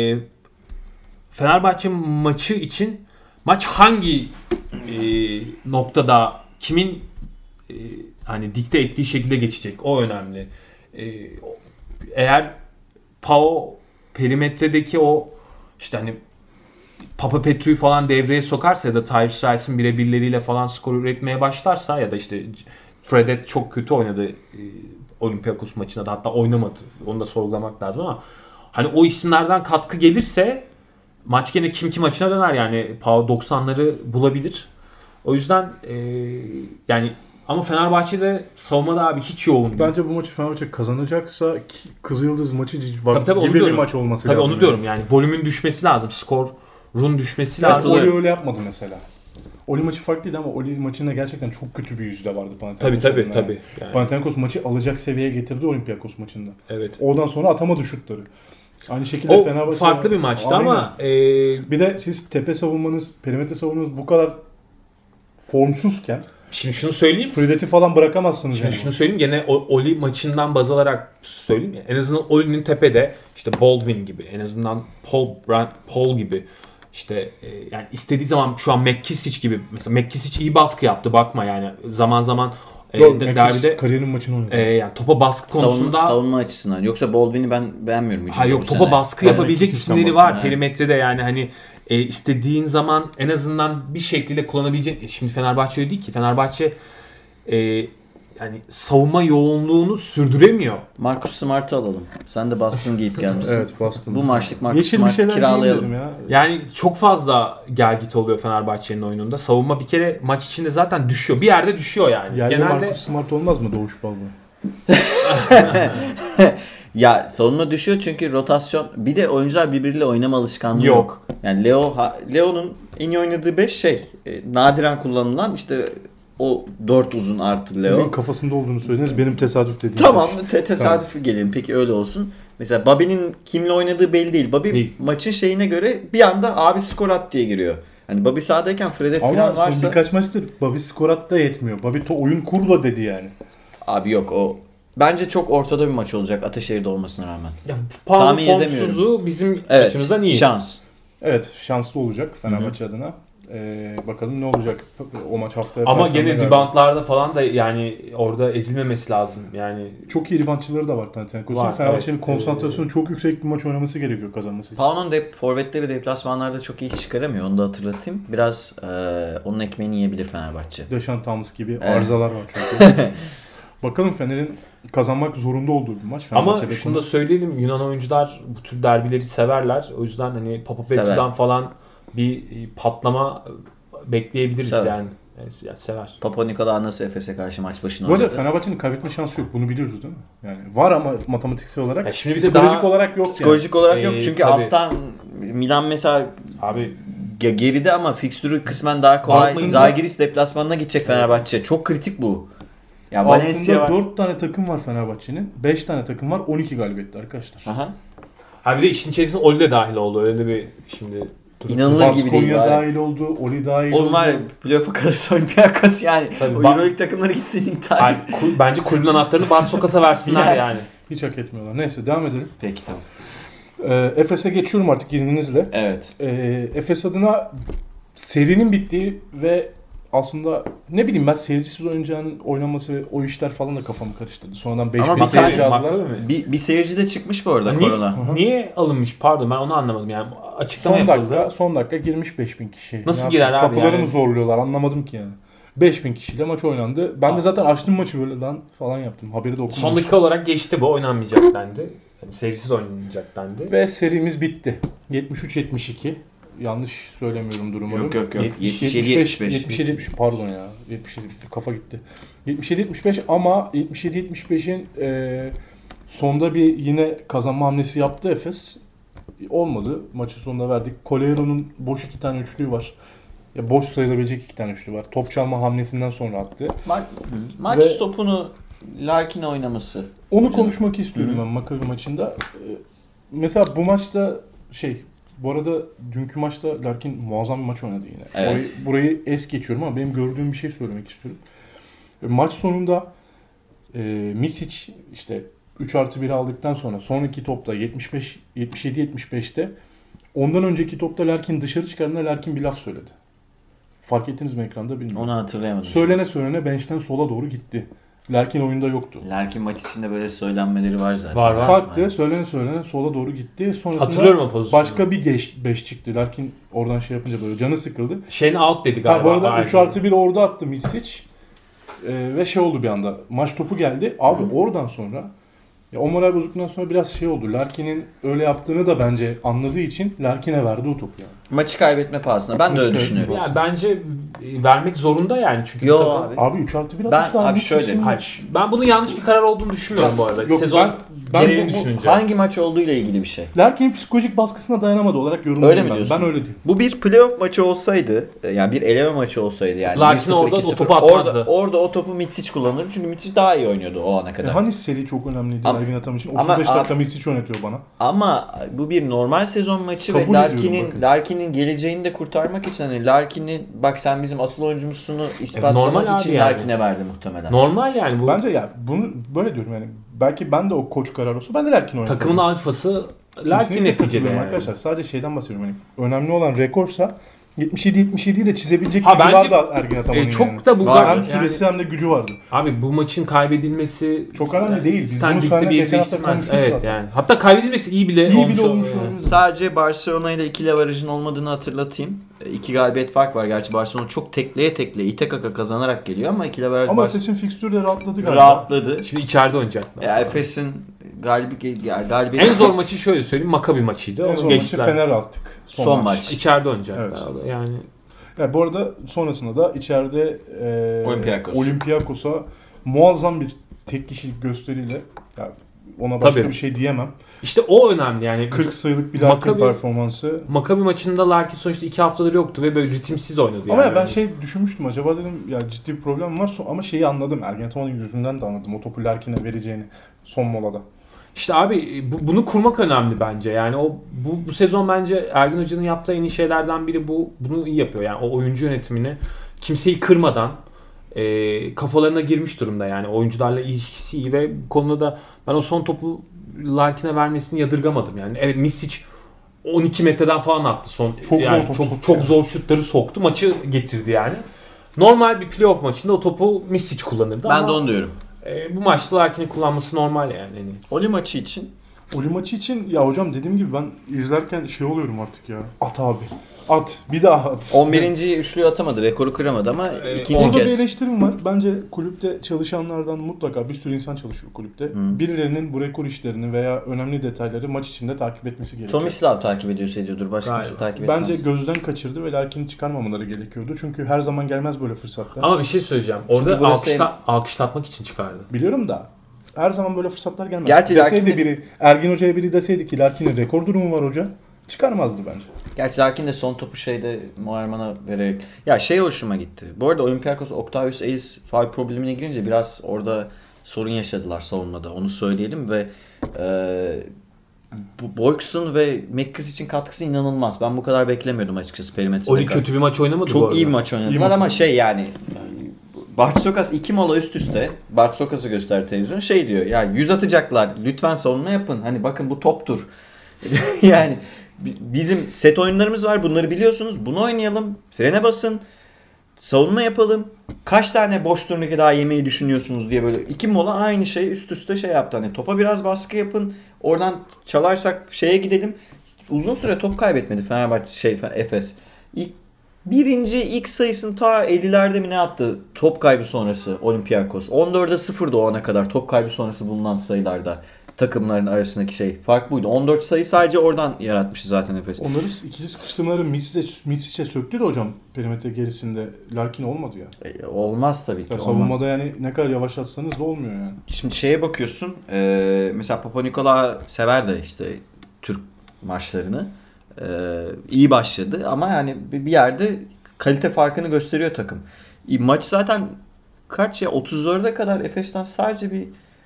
Speaker 2: Fenerbahçe maçı için maç hangi e, noktada kimin e, hani dikte ettiği şekilde geçecek o önemli. E, eğer Pau perimetredeki o işte hani Papa Petru'yu falan devreye sokarsa ya da Tyrese Rice'ın birebirleriyle falan skor üretmeye başlarsa ya da işte Fredet çok kötü oynadı e, Olympiakos maçında da hatta oynamadı. Onu da sorgulamak lazım ama hani o isimlerden katkı gelirse maç gene kim kim maçına döner yani Pau doksanları bulabilir. O yüzden e, yani ama Fenerbahçe'de savunmada abi hiç yoğun değil.
Speaker 1: Bence bu maçı Fenerbahçe kazanacaksa ki- Kızıldız maçı var
Speaker 2: Tabii, tabii, onu
Speaker 1: gibi bir
Speaker 2: diyorum.
Speaker 1: maç olması
Speaker 2: Tabii
Speaker 1: lazım.
Speaker 2: onu diyorum yani volümün düşmesi lazım. Skorun düşmesi
Speaker 1: Yani.
Speaker 2: lazım.
Speaker 1: Oli öyle yapmadı mesela. Oli maçı farklıydı ama Oli maçında gerçekten çok kötü bir yüzde vardı
Speaker 2: Tabii
Speaker 1: Panathinaikos'un.
Speaker 2: tabii
Speaker 1: yani.
Speaker 2: tabii. Yani,
Speaker 1: Panathinaikos maçı alacak seviyeye getirdi Olympiakos maçında.
Speaker 2: evet.
Speaker 1: Oradan sonra atamadı şutları. Aynı şekilde
Speaker 2: O
Speaker 1: Fenerbahçe
Speaker 2: farklı bir maçtı
Speaker 1: Aynen.
Speaker 2: ama e,
Speaker 1: Bir de siz tepe savunmanız, perimetre savunmanız bu kadar formsuzken
Speaker 2: şimdi şunu söyleyeyim.
Speaker 1: Fredet'i falan bırakamazsınız
Speaker 2: Şimdi
Speaker 1: yani.
Speaker 2: şunu söyleyeyim gene O- Oli maçından baz alarak söyleyeyim. En azından Oli'nin tepede işte Baldwin gibi en azından Paul Brand, Paul gibi işte e, yani istediği zaman şu an McKissic gibi mesela McKissic iyi baskı yaptı bakma yani zaman zaman e,
Speaker 1: Yok,
Speaker 2: de-
Speaker 1: Maxis
Speaker 2: derbide
Speaker 1: kariyerinin maçını oynadı.
Speaker 2: e, yani topa baskı konusunda
Speaker 3: Savunma, savunma açısından. Yoksa Baldwin'i ben beğenmiyorum.
Speaker 2: ha yok
Speaker 3: bu
Speaker 2: topa
Speaker 3: sene.
Speaker 2: baskı
Speaker 1: Evet,
Speaker 2: yapabilecek
Speaker 1: kesin
Speaker 2: isimleri
Speaker 1: savunması,
Speaker 2: var
Speaker 3: evet.
Speaker 2: perimetrede yani hani e, istediğin zaman en azından bir şekilde kullanabileceğin e, şimdi Fenerbahçe öyle değil ki Fenerbahçe e, yani savunma yoğunluğunu sürdüremiyor.
Speaker 3: Marcus Smart'ı alalım. Sen de Boston giyip gelmişsin.
Speaker 1: Evet, Boston.
Speaker 3: Bu maçlık Marcus
Speaker 1: Yeşil bir
Speaker 3: Smart'ı
Speaker 1: şeyler
Speaker 3: kiralayalım.
Speaker 1: giyeyim dedim ya.
Speaker 2: Yani çok fazla gel git oluyor Fenerbahçe'nin oyununda. Savunma bir kere maç içinde zaten düşüyor. Bir yerde düşüyor yani.
Speaker 1: Yerli
Speaker 2: Genelde
Speaker 1: Marcus Smart olmaz mı Doğuş Ballı?
Speaker 3: Ya savunma düşüyor çünkü rotasyon. Bir de oyuncular birbiriyle oynama alışkanlığı yok.
Speaker 2: Yok.
Speaker 3: Yani Leo ha, Leo'nun en iyi oynadığı beş şey. E, nadiren kullanılan işte o dört uzun artı Leo.
Speaker 1: Sizin kafasında olduğunu söylediniz. Benim tesadüf dediğim.
Speaker 3: Tamam
Speaker 1: beş.
Speaker 3: te- tesadüfi tamam. Gelelim. Peki öyle olsun. Mesela Bobby'nin kimle oynadığı belli değil. Bobby
Speaker 2: değil.
Speaker 3: Maçın şeyine göre bir anda abi skor at diye giriyor. Hani Bobby sahadayken Fred'e falan
Speaker 1: Ama
Speaker 3: varsa...
Speaker 1: son birkaç maçtır Bobby skorat da yetmiyor. Bobby to oyun kurla dedi yani.
Speaker 3: Abi yok o... Bence çok ortada bir maç olacak Ataşehir'de olmasına rağmen.
Speaker 2: Ya, puan
Speaker 3: Tahmin
Speaker 2: formsuzu bizim
Speaker 3: evet,
Speaker 2: açımızdan iyi.
Speaker 3: Şans.
Speaker 1: Evet, şanslı olacak Fenerbahçe Hı-hı. adına. Ee, bakalım ne olacak o maç haftaya.
Speaker 2: Ama gene reboundlarda falan da yani orada ezilmemesi lazım. Yani
Speaker 1: çok iyi reboundçıları da var Panathinaikos'un. Fenerbahçe'nin evet. konsantrasyonu ee, çok yüksek bir maç oynaması gerekiyor kazanması için.
Speaker 3: Pauno'nun de forvetleri deplasmanlarda çok iyi çıkaramıyor. Onu da hatırlatayım. Biraz e, onun ekmeğini yiyebilir Fenerbahçe.
Speaker 1: Deşan Thomas gibi evet. arızalar var çünkü. Bakalım Fener'in kazanmak zorunda olduğu bir maç.
Speaker 2: Ama şunu da söyleyelim, Yunan oyuncular bu tür derbileri severler. O yüzden hani Papapetrou'dan falan bir patlama bekleyebiliriz sever. yani. yani. Sever.
Speaker 3: Papa Nikola nasıl Efes'e karşı maç başına
Speaker 1: oynadı? Bu arada Fenerbahçe'nin kaybetme şansı yok. Bunu biliyoruz değil mi? Yani var ama matematiksel olarak.
Speaker 2: Ya şimdi bir
Speaker 1: psikolojik
Speaker 2: daha,
Speaker 1: olarak yok.
Speaker 3: Psikolojik
Speaker 1: yani.
Speaker 3: olarak yok. Çünkü
Speaker 2: ee,
Speaker 3: alttan Milan mesela
Speaker 2: abi
Speaker 3: geride ama fikstürü kısmen daha kolay. Zalgiris deplasmanına gidecek Fenerbahçe. Evet. Çok kritik bu.
Speaker 1: Ya altında dört tane takım var Fenerbahçe'nin. beş tane takım var. on iki galibiyetli arkadaşlar.
Speaker 3: Aha.
Speaker 2: Ha bir de işin içerisine Oli de dahil oldu. Öyle bir şimdi
Speaker 3: İnanılır gibi değil.
Speaker 1: Baskonya dahil oldu. Oli dahil
Speaker 3: Oğlum
Speaker 1: oldu.
Speaker 3: var ya playoff'a kalırsa Olympiakos yani. Tabii, o Euroleague takımları gitsin intihar et.
Speaker 2: Bence kulübün anahtarını Barsokas'a versinler yani. yani.
Speaker 1: Hiç hak etmiyorlar. Neyse devam edelim.
Speaker 3: Peki tamam.
Speaker 1: Ee, Efes'e geçiyorum artık izninizle.
Speaker 3: Evet.
Speaker 1: Ee, Efes adına serinin bittiği ve aslında ne bileyim ben seyircisiz oyuncağının oynaması, o işler falan da kafamı karıştırdı. Sonradan beş bin seyirci aldılar.
Speaker 3: Bir, bir seyirci de çıkmış bu arada
Speaker 2: niye,
Speaker 3: korona.
Speaker 2: Niye alınmış pardon ben onu anlamadım yani. Açıklama
Speaker 1: son
Speaker 2: yapıldı.
Speaker 1: dakika, son dakika girmiş beş bin kişi.
Speaker 2: Nasıl
Speaker 1: ne
Speaker 2: girer abi
Speaker 1: Kapıları
Speaker 2: yani?
Speaker 1: mı zorluyorlar anlamadım ki yani. beş bin kişiyle maç oynandı. Ben Aa. de zaten açtım maçı böyle lan falan yaptım. Haberi de okumadım.
Speaker 2: Son dakika olarak geçti bu oynanmayacak dendi. Yani seyircisiz oynanacak dendi.
Speaker 1: Ve serimiz bitti. yetmiş üç yetmiş iki. Yanlış söylemiyorum durumu.
Speaker 3: Yok yok yok.
Speaker 1: yetmiş yedi yetmiş beş. yetmiş yedi yetmiş pardon ya. yetmiş yedi kafa gitti. yetmiş yedi yetmiş beş ama yetmiş yedi yetmiş beşin e, sonda bir yine kazanma hamlesi yaptı Efes. Olmadı. Maçın sonunda verdik. Colero'nun boş iki tane üçlüğü var. Ya boş sayılabilecek iki tane üçlü var. Top çalma hamlesinden sonra attı.
Speaker 3: Ma- maç Ve topunu Larkin oynaması.
Speaker 1: Onu hocam. konuşmak istiyorum Hı-hı. ben Maccabi maçında. Ee, mesela bu maçta şey bu arada dünkü maçta Larkin muazzam bir maç oynadı yine.
Speaker 3: Evet.
Speaker 1: Burayı, burayı es geçiyorum ama benim gördüğüm bir şey söylemek istiyorum. Maç sonunda e, Misic işte üç artı bir aldıktan sonra son iki topta yetmiş beş yetmiş yedi yetmiş beşte ondan önceki topta Larkin dışarı çıkardığında Larkin bir laf söyledi. Fark ettiniz mi ekranda bilmiyorum.
Speaker 3: Onu hatırlayamadım.
Speaker 1: Söylene söylene bench'ten sola doğru gitti. Larkin oyunda yoktu.
Speaker 3: Larkin maç içinde böyle söylenmeleri var zaten.
Speaker 2: Var var.
Speaker 1: Kalktı, söylene söylene sola doğru gitti. Sonrasında
Speaker 2: hatırlıyorum o pozisyonu.
Speaker 1: Başka bir beş çıktı. Larkin oradan şey yapınca böyle canı sıkıldı.
Speaker 2: Şeyin out dedi galiba.
Speaker 1: Ha, bu arada üç artı bir orada attı Misic. Ee, ve şey oldu bir anda. Maç topu geldi. Abi Hı. oradan sonra ya o moral bozukluğundan sonra biraz şey oldu. Larkin'in öyle yaptığını da bence anladığı için Larkin'e verdi o topu yani.
Speaker 3: Maçı kaybetme pahasına. Ben Maçı de öyle düşünüyorum.
Speaker 2: Ya bence vermek zorunda yani çünkü
Speaker 3: Yo, abi.
Speaker 1: abi üç artı bir
Speaker 3: atmıştı. Ben abi şöyle.
Speaker 2: Hayır, ben bunun yanlış bir karar olduğunu düşünmüyorum bu arada.
Speaker 1: Yok,
Speaker 2: Sezon
Speaker 1: ben, ben
Speaker 2: bu, düşününce.
Speaker 3: Hangi maç olduğuyla ilgili bir şey.
Speaker 1: Larkin'in psikolojik baskısına dayanamadı olarak yorumluyorum
Speaker 3: öyle mi diyorsun?
Speaker 1: Ben öyle diyorum.
Speaker 3: Bu bir playoff maçı olsaydı, yani bir eleme maçı olsaydı yani.
Speaker 2: Larkin orada o topu atmazdı.
Speaker 3: Orada, orada o topu Mitsic kullanırdı çünkü Mitsic daha iyi oynuyordu o ana kadar.
Speaker 1: E hani seri çok önemliydi Ergin Atam için. otuz beş dakika Mitsic oynatıyor bana.
Speaker 3: Ama bu bir normal sezon maçı Kabul ve Larkin'in Larkin'in geleceğini de kurtarmak için hani Larkin'in bak sen bizim asıl oyuncumuzsunu ispatlamak e, için yani. Larkin'e verdi muhtemelen.
Speaker 2: Normal yani bu.
Speaker 1: Bence ya bunu böyle diyorum yani. Belki ben de o koç kararı olsa ben de Larkin oynatırım.
Speaker 2: Takımın alfası Larkin neticede yani.
Speaker 1: Arkadaşlar sadece şeyden bahsediyorum. Yani önemli olan rekorsa yetmiş yedi yetmiş yediyi de çizebilecek
Speaker 2: Ha,
Speaker 1: gücü
Speaker 2: bence-
Speaker 1: vardı Ergin Ataman'ın
Speaker 2: E, çok
Speaker 1: yani.
Speaker 2: da bu
Speaker 3: Var.
Speaker 1: Hem
Speaker 2: yani-
Speaker 1: süresi hem de gücü vardı.
Speaker 2: Abi bu maçın kaybedilmesi
Speaker 1: Çok önemli değil. Biz bunu
Speaker 2: standings'te
Speaker 1: seninle
Speaker 2: bir
Speaker 1: geçen hafta
Speaker 2: değiştirmez.
Speaker 1: konuştuk
Speaker 2: Evet
Speaker 1: zaten.
Speaker 2: yani. Hatta kaybedilmesi iyi bile
Speaker 1: İyi
Speaker 2: olmuş.
Speaker 1: bile olmuş.
Speaker 2: oldu.
Speaker 3: Sadece Barcelona ile ikili avarajın olmadığını hatırlatayım. E, İki galibiyet fark var. Gerçi Barcelona çok tekleye tekleye ite kaka kazanarak geliyor ama ikili avaraj
Speaker 1: Ama
Speaker 3: Barcelona
Speaker 1: Efes'in fikstürü de rahatladı galiba.
Speaker 3: rahatladı.
Speaker 2: Şimdi içeride oynayacaklar.
Speaker 3: Ya Efes'in galibi ya galibiyet
Speaker 2: En zor maçı şöyle söyleyeyim. Maccabi maçıydı.
Speaker 1: En
Speaker 2: Onu
Speaker 1: zor maçı
Speaker 2: geçtiler.
Speaker 1: Fener attık. Son,
Speaker 3: Son
Speaker 1: maç.
Speaker 3: maç.
Speaker 2: İçeride oynayacaklar.
Speaker 1: Evet.
Speaker 2: Yani
Speaker 1: Yani bu arada sonrasında da içeride e,
Speaker 3: Olympiakos.
Speaker 1: Olympiakos'a muazzam bir tek kişilik gösteriyle, yani ona başka
Speaker 2: Tabii.
Speaker 1: bir şey diyemem.
Speaker 2: işte o önemli yani.
Speaker 1: kırk sayılık bir Larkin
Speaker 2: Maccabi-
Speaker 1: performansı.
Speaker 2: Maccabi maçında Larkin sonuçta iki haftadır yoktu ve böyle ritimsiz oynadı yani.
Speaker 1: Ama ya ben şey düşünmüştüm, acaba dedim ya ciddi bir problem var, So- ama şeyi anladım, Ergin Ataman'ın yüzünden de anladım o topu Larkin'e vereceğini son molada.
Speaker 2: İşte abi bu, bunu kurmak önemli bence. Yani o bu, bu sezon bence Ergin Hoca'nın yaptığı en iyi şeylerden biri bu. Bunu iyi yapıyor. Yani o oyuncu yönetimini kimseyi kırmadan e, kafalarına girmiş durumda yani. Oyuncularla ilişkisi iyi ve bu konuda da ben o son topu Larkin'e vermesini yadırgamadım yani. Evet, Misic on iki metreden falan attı son.
Speaker 1: Çok
Speaker 2: yani
Speaker 1: zor top
Speaker 2: çok
Speaker 1: soktu
Speaker 2: çok
Speaker 1: yani.
Speaker 2: zor şutları soktu. Maçı getirdi yani. Normal bir playoff maçında o topu Misic kullanırdı
Speaker 3: Ben
Speaker 2: ama
Speaker 3: de onu diyorum.
Speaker 2: e, bu maçta Larkin'in kullanması normal yani. Hani
Speaker 3: Oli maçı için
Speaker 1: Oli maçı için ya hocam dediğim gibi ben izlerken şey oluyorum artık ya. At abi. At. Bir daha at.
Speaker 3: on birinci üçlüyü atamadı. Rekoru kıramadı ama
Speaker 2: Ee,
Speaker 3: ikinci
Speaker 1: Orada bir
Speaker 3: kez.
Speaker 1: eleştirim var. Bence kulüpte çalışanlardan mutlaka bir sürü insan çalışıyor kulüpte.
Speaker 3: Hı.
Speaker 1: Birilerinin bu rekor işlerini veya önemli detayları maç içinde takip etmesi gerekiyor.
Speaker 3: Tomislav takip ediyorsa ediyordur. Başka
Speaker 2: Galiba.
Speaker 3: kimse takip etmez.
Speaker 1: Bence gözden kaçırdı ve Larkin'i çıkarmamaları gerekiyordu. Çünkü her zaman gelmez böyle fırsatlar.
Speaker 2: Ama bir şey söyleyeceğim. Orada
Speaker 3: Şimdi burası
Speaker 2: alkışla, alkışlatmak için çıkardı.
Speaker 1: Biliyorum da her zaman böyle fırsatlar gelmez.
Speaker 3: Gerçi
Speaker 1: deseydi
Speaker 3: Larkin'in-
Speaker 1: biri, Ergin Hoca'ya biri deseydi ki Larkin'in rekor durumu var hoca, çıkarmazdı bence.
Speaker 3: Gerçi Larkin de son topu şeyde Muharman'a vererek. Ya şey hoşuma gitti. Bu arada Olympiakos Octavius Elis faul problemine girince biraz orada sorun yaşadılar savunmada. Onu söyleyelim ve e, bu Boyksun ve Mekkas için katkısı inanılmaz. Ben bu kadar beklemiyordum açıkçası perimetrede.
Speaker 2: Oli kötü bir maç oynamadı bu
Speaker 3: Çok
Speaker 2: arada.
Speaker 3: iyi bir maç oynadılar
Speaker 1: İyi maç
Speaker 3: ama
Speaker 1: oynadı.
Speaker 3: şey yani Bartsokas iki mola üst üste Bartsokas'ı gösterdi televizyon. Şey diyor ya yüz atacaklar. Lütfen savunma yapın. Hani bakın bu toptur. Yani bi- bizim set oyunlarımız var. Bunları biliyorsunuz. Bunu oynayalım. Frene basın. Savunma yapalım. Kaç tane boş turnike daha yemeyi düşünüyorsunuz diye böyle iki mola aynı şey üst üste şey yaptı. Hani topa biraz baskı yapın. Oradan çalarsak şeye gidelim. Uzun süre top kaybetmedi Fenerbahçe şey Efes. İlk birinci ilk sayısını ta ellilerde mi ne attı top kaybı sonrası Olympiakos. on dörde sıfırdı o ana kadar top kaybı sonrası bulunan sayılarda. Takımların arasındaki şey fark buydu. on dört sayı sadece oradan yaratmış zaten Efes.
Speaker 1: Onları ikili sıkıştırmaları Mitsic'e söktü de hocam perimetre gerisinde Larkin olmadı ya.
Speaker 3: E, olmaz tabii ki.
Speaker 1: Ya
Speaker 3: olmaz.
Speaker 1: savunmada yani ne kadar yavaşlatsanız da olmuyor yani.
Speaker 3: Şimdi şeye bakıyorsun. E, mesela Papa Nikola sever de işte Türk maçlarını. E, iyi başladı ama yani bir yerde kalite farkını gösteriyor takım. E, maç zaten kaç ya otuz dörde kadar Efes'ten sadece bir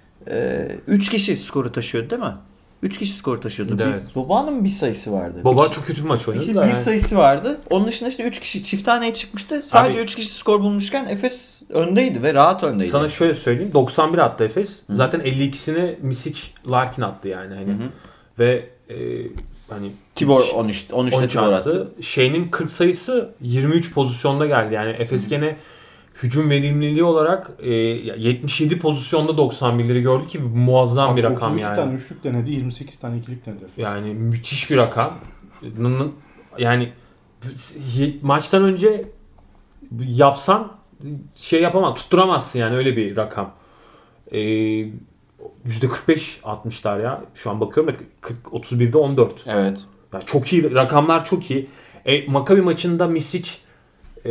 Speaker 3: üç kişi skoru taşıyordu değil mi? üç kişi skoru taşıyordu.
Speaker 2: Evet.
Speaker 3: Bir, Boba'nın bir sayısı vardı.
Speaker 2: Boba
Speaker 3: Bir-
Speaker 2: çok kötü bir maç oynadı
Speaker 3: İkisi
Speaker 2: da.
Speaker 3: bir
Speaker 2: yani.
Speaker 3: sayısı vardı. Onun dışında işte üç kişi çift taneye çıkmıştı. Sadece
Speaker 2: Abi-
Speaker 3: üç kişi skor bulmuşken Efes öndeydi ve rahat öndeydi.
Speaker 2: Sana şöyle söyleyeyim. doksan bir attı Efes.
Speaker 3: Hı.
Speaker 2: Zaten elli ikisini Misic, Larkin attı yani hani.
Speaker 3: Hı hı.
Speaker 2: Ve e, hani
Speaker 3: Tibor on üç on üçte
Speaker 2: on üç
Speaker 3: Tibor
Speaker 2: attı.
Speaker 3: attı.
Speaker 2: Şeyinin kırk sayısı yirmi üç pozisyonda geldi. Yani Efes gene hücum verimliliği olarak e, yetmiş yedi pozisyonda doksan birleri gördü ki muazzam bir
Speaker 1: Bak,
Speaker 2: rakam
Speaker 1: otuz iki
Speaker 2: yani.
Speaker 1: tane üçlük denedi, yirmi sekiz tane ikilik denedi.
Speaker 2: Yani müthiş bir rakam. Nın- Yani maçtan önce yapsan şey yapamam, tutturamazsın yani öyle bir rakam. Ee, yüzde kırk beş atmışlar ya. Şu an bakıyorum da kırk, otuz birde on dört.
Speaker 3: Evet.
Speaker 2: Yani çok iyi, rakamlar çok iyi. E, Maccabi maçında Misic e,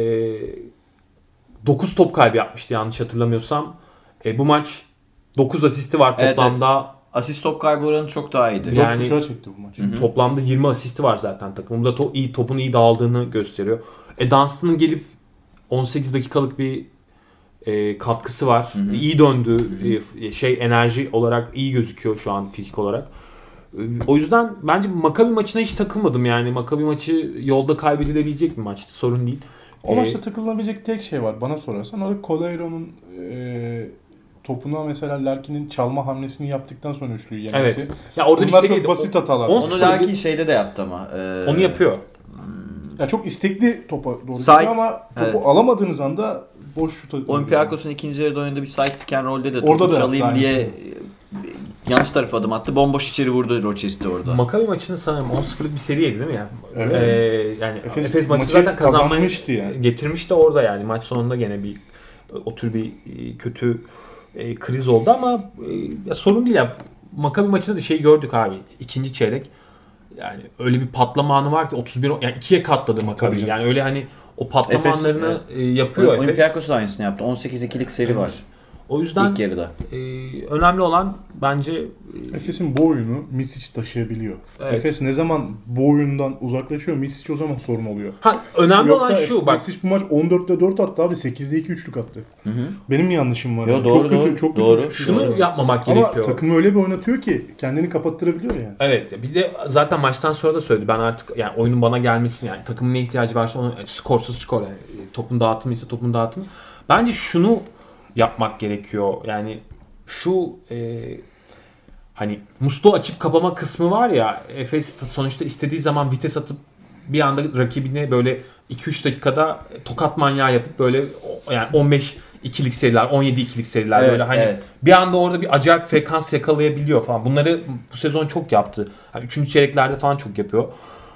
Speaker 2: dokuz top kaybı yapmıştı yanlış hatırlamıyorsam. E, bu maç dokuz asisti var
Speaker 3: Evet,
Speaker 2: toplamda.
Speaker 3: Asist top kaybı oranı çok daha iyiydi.
Speaker 1: Dört
Speaker 2: Yani-
Speaker 1: buçuğa çekti bu maç.
Speaker 3: Hı hı.
Speaker 2: Toplamda yirmi asisti var zaten takımında. To- iyi topun iyi dağıldığını gösteriyor. E Dunstan'ın gelip on sekiz dakikalık bir e, katkısı var.
Speaker 3: Hı hı.
Speaker 2: İyi döndü. E, şey enerji olarak iyi gözüküyor şu an fizik olarak. E, o yüzden bence Maccabi maçına hiç takılmadım yani. Maccabi maçı yolda kaybedilebilecek bir maçtı. Sorun değil.
Speaker 1: O
Speaker 2: E,
Speaker 1: maçta takılınabilecek tek şey var bana sorarsan. O da Coleiro'nun e, topuna mesela Larkin'in çalma hamlesini yaptıktan sonra üçlüyü yemesi.
Speaker 2: Evet. Ya orada
Speaker 1: Bunlar
Speaker 2: bir
Speaker 1: çok
Speaker 2: seviyede
Speaker 1: basit hatalar.
Speaker 2: on-
Speaker 3: Onu
Speaker 2: sıfır
Speaker 3: Larkin
Speaker 2: bir-
Speaker 3: şeyde de yaptı ama. e,
Speaker 2: onu yapıyor.
Speaker 1: Yani çok istekli topa doğru
Speaker 3: Side,
Speaker 1: gidiyor ama topu
Speaker 3: evet.
Speaker 1: alamadığınız anda boş şuta.
Speaker 3: Olympiakos'un ikinci yarıda oynadığı bir side pick and roll'de de
Speaker 1: Orada
Speaker 3: topu
Speaker 1: da
Speaker 3: çalayım
Speaker 1: aynısı.
Speaker 3: diye yanlış tarafa adım attı. Bomboş içeri vurdu Rochester orada.
Speaker 2: Maccabi maçını sanırım on sıfırlık bir seriydi değil mi? Yani,
Speaker 1: Evet.
Speaker 2: Ee, yani
Speaker 1: Efes,
Speaker 2: Efes maçı
Speaker 1: maçı
Speaker 2: zaten kazanmayı
Speaker 1: kazanmıştı yani.
Speaker 2: getirmişti orada yani. Maç sonunda gene bir o tür bir kötü e, kriz oldu ama e, ya sorun değil ya. Maccabi maçında da şey gördük abi. İkinci çeyrek yani öyle bir patlama anı var ki otuz bir yani ikiye katladı Maccabi. Yani öyle hani o patlama
Speaker 3: Efes,
Speaker 2: anlarını e, yapıyor Efes.
Speaker 3: Olympiakos da aynısını yaptı. on sekiz ikilik seri
Speaker 2: Evet.
Speaker 3: var.
Speaker 2: O yüzden
Speaker 3: İlk yarıda.
Speaker 2: e, önemli olan bence e,
Speaker 1: Efes'in bu oyunu Misic taşıyabiliyor.
Speaker 2: Evet.
Speaker 1: Efes ne zaman bu oyundan uzaklaşıyor Misic o zaman sorun oluyor.
Speaker 2: ha, önemli
Speaker 1: Yoksa
Speaker 2: olan şu bak.
Speaker 1: Misic bu maç on dörtte dört attı abi. sekizde iki üçlük attı.
Speaker 3: Hı hı.
Speaker 1: Benim yanlışım var.
Speaker 3: Yo,
Speaker 1: yani.
Speaker 3: doğru,
Speaker 1: çok kötü,
Speaker 3: doğru,
Speaker 1: çok
Speaker 3: doğru.
Speaker 1: kötü.
Speaker 2: Şunu
Speaker 3: Doğru.
Speaker 2: yapmamak
Speaker 1: Ama
Speaker 2: gerekiyor.
Speaker 1: takımı öyle bir oynatıyor ki kendini kapattırabiliyor yani.
Speaker 2: Evet bir de zaten maçtan sonra da söyledi ben artık yani oyunun bana gelmesini yani takımın ne ihtiyacı varsa onu yani skorsuz skor yani topun dağıtımı ise topun dağıtımı. Bence şunu yapmak gerekiyor yani şu e, hani musluğu açıp kapama kısmı var ya Efes sonuçta istediği zaman vites atıp bir anda rakibine böyle iki üç dakikada tokat manyağı yapıp böyle yani on beş ikilik seriler, on yedi ikilik seriler
Speaker 3: Evet,
Speaker 2: böyle hani
Speaker 3: evet.
Speaker 2: bir anda orada bir acayip frekans yakalayabiliyor falan. Bunları bu sezon çok yaptı. Yani üçüncü çeyreklerde falan çok yapıyor.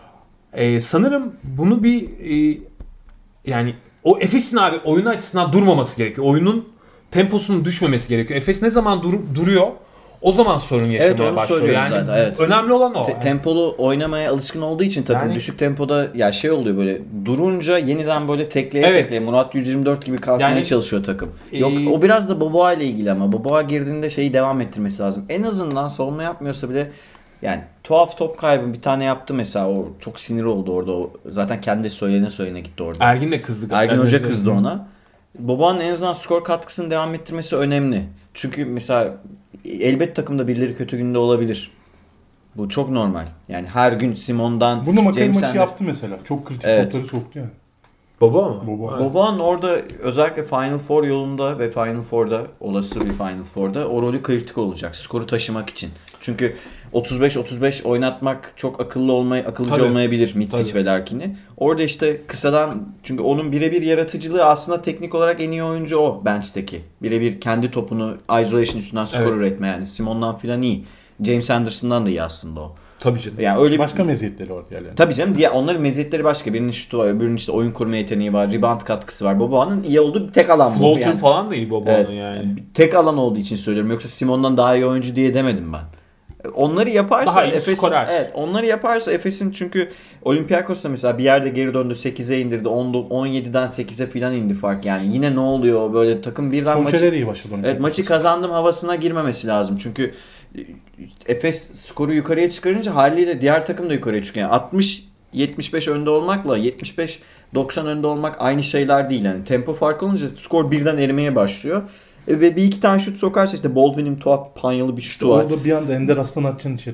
Speaker 2: Ee, sanırım bunu bir e, yani o Efes'in abi oyun açısından durmaması gerekiyor. Oyunun temposunun düşmemesi gerekiyor. Efes ne zaman dur, duruyor o zaman sorun yaşamaya
Speaker 3: Evet, onu
Speaker 2: başlıyor.
Speaker 3: söylüyorum
Speaker 2: Yani
Speaker 3: zaten, evet.
Speaker 2: önemli olan o.
Speaker 3: Te-
Speaker 2: Yani.
Speaker 3: tempolu oynamaya alışkın olduğu için takım
Speaker 2: Yani-
Speaker 3: düşük tempoda ya şey oluyor böyle durunca yeniden böyle tekleye
Speaker 2: Evet.
Speaker 3: tekleye Murat yüz yirmi dört gibi kalkmaya
Speaker 2: Yani-
Speaker 3: çalışıyor takım.
Speaker 2: Ee,
Speaker 3: Yok o biraz da Boboa ile ilgili ama Boboa girdiğinde şeyi devam ettirmesi lazım. En azından savunma yapmıyorsa bile yani tuhaf top kaybı bir tane yaptı mesela o çok sinir oldu orada. O zaten kendi söylene söylene gitti orada.
Speaker 2: Ergin de kızdı.
Speaker 3: Ergin Hoca kızdı ona. Boboa'nın en azından skor katkısını devam ettirmesi önemli. Çünkü mesela elbet takımda birileri kötü günde olabilir. Bu çok normal. Yani her gün Simon'dan
Speaker 1: Bunu Maccabi
Speaker 3: James
Speaker 1: maçı
Speaker 3: Sanders-
Speaker 1: yaptı mesela. Çok kritik
Speaker 3: Evet.
Speaker 1: topları soktu yani.
Speaker 2: Baba mı?
Speaker 1: Boba.
Speaker 2: Evet.
Speaker 3: Boboa'nın orada özellikle Final Four yolunda ve Final Four'da olası bir Final Four'da o rolü kritik olacak. Skoru taşımak için. Çünkü otuz beş otuz beş oynatmak çok akıllı olmay akıllıca
Speaker 2: Tabii.
Speaker 3: olmayabilir Mitsic
Speaker 2: Tabii.
Speaker 3: ve Larkin'i. Orada işte kısadan çünkü onun birebir yaratıcılığı aslında teknik olarak en iyi oyuncu o bench'teki. Birebir kendi topunu isolation üstünden skor
Speaker 2: Evet.
Speaker 3: üretme yani. Simon'dan filan iyi. James Anderson'dan da iyi aslında o.
Speaker 2: Tabii canım.
Speaker 3: Yani öyle
Speaker 1: Başka meziyetleri var diğerlerinin.
Speaker 3: Tabii canım diğer onların meziyetleri başka. Birinin şutu var, öbürünün işte oyun kurma yeteneği var, rebound katkısı var. Boboa'nın iyi olduğu bir tek alan bu.
Speaker 2: Floater
Speaker 3: Yani.
Speaker 2: falan da iyi Baba'nın
Speaker 3: Evet.
Speaker 2: yani.
Speaker 3: Bir tek alan olduğu için söylüyorum. Yoksa Simon'dan daha iyi oyuncu diye demedim ben. Onları yaparsa
Speaker 2: Daha iyi
Speaker 3: Efes'in
Speaker 2: skorer.
Speaker 3: evet, onları yaparsa Efes'in çünkü Olympiakos'ta mesela bir yerde geri döndü sekize indirdi. on yediden sekize falan indi fark. Yani yine ne oluyor böyle takım birden
Speaker 1: Son
Speaker 3: maçı
Speaker 1: çeyreğe de iyi başladı. onun.
Speaker 3: Evet, maçı kazandım havasına girmemesi lazım. Çünkü Efes skoru yukarıya çıkarınca haliyle diğer takım da yukarıya çıkıyor. Yani altmış yetmiş beş önde olmakla yetmiş beş doksan önde olmak aynı şeyler değil. Yani tempo farkı olunca skor birden erimeye başlıyor. E, ve bir iki tane şut sokarsa işte Baldwin'in tuhaf panyalı bir şutu var.
Speaker 1: Orada bir anda Ender Aslan atacaksın içeri.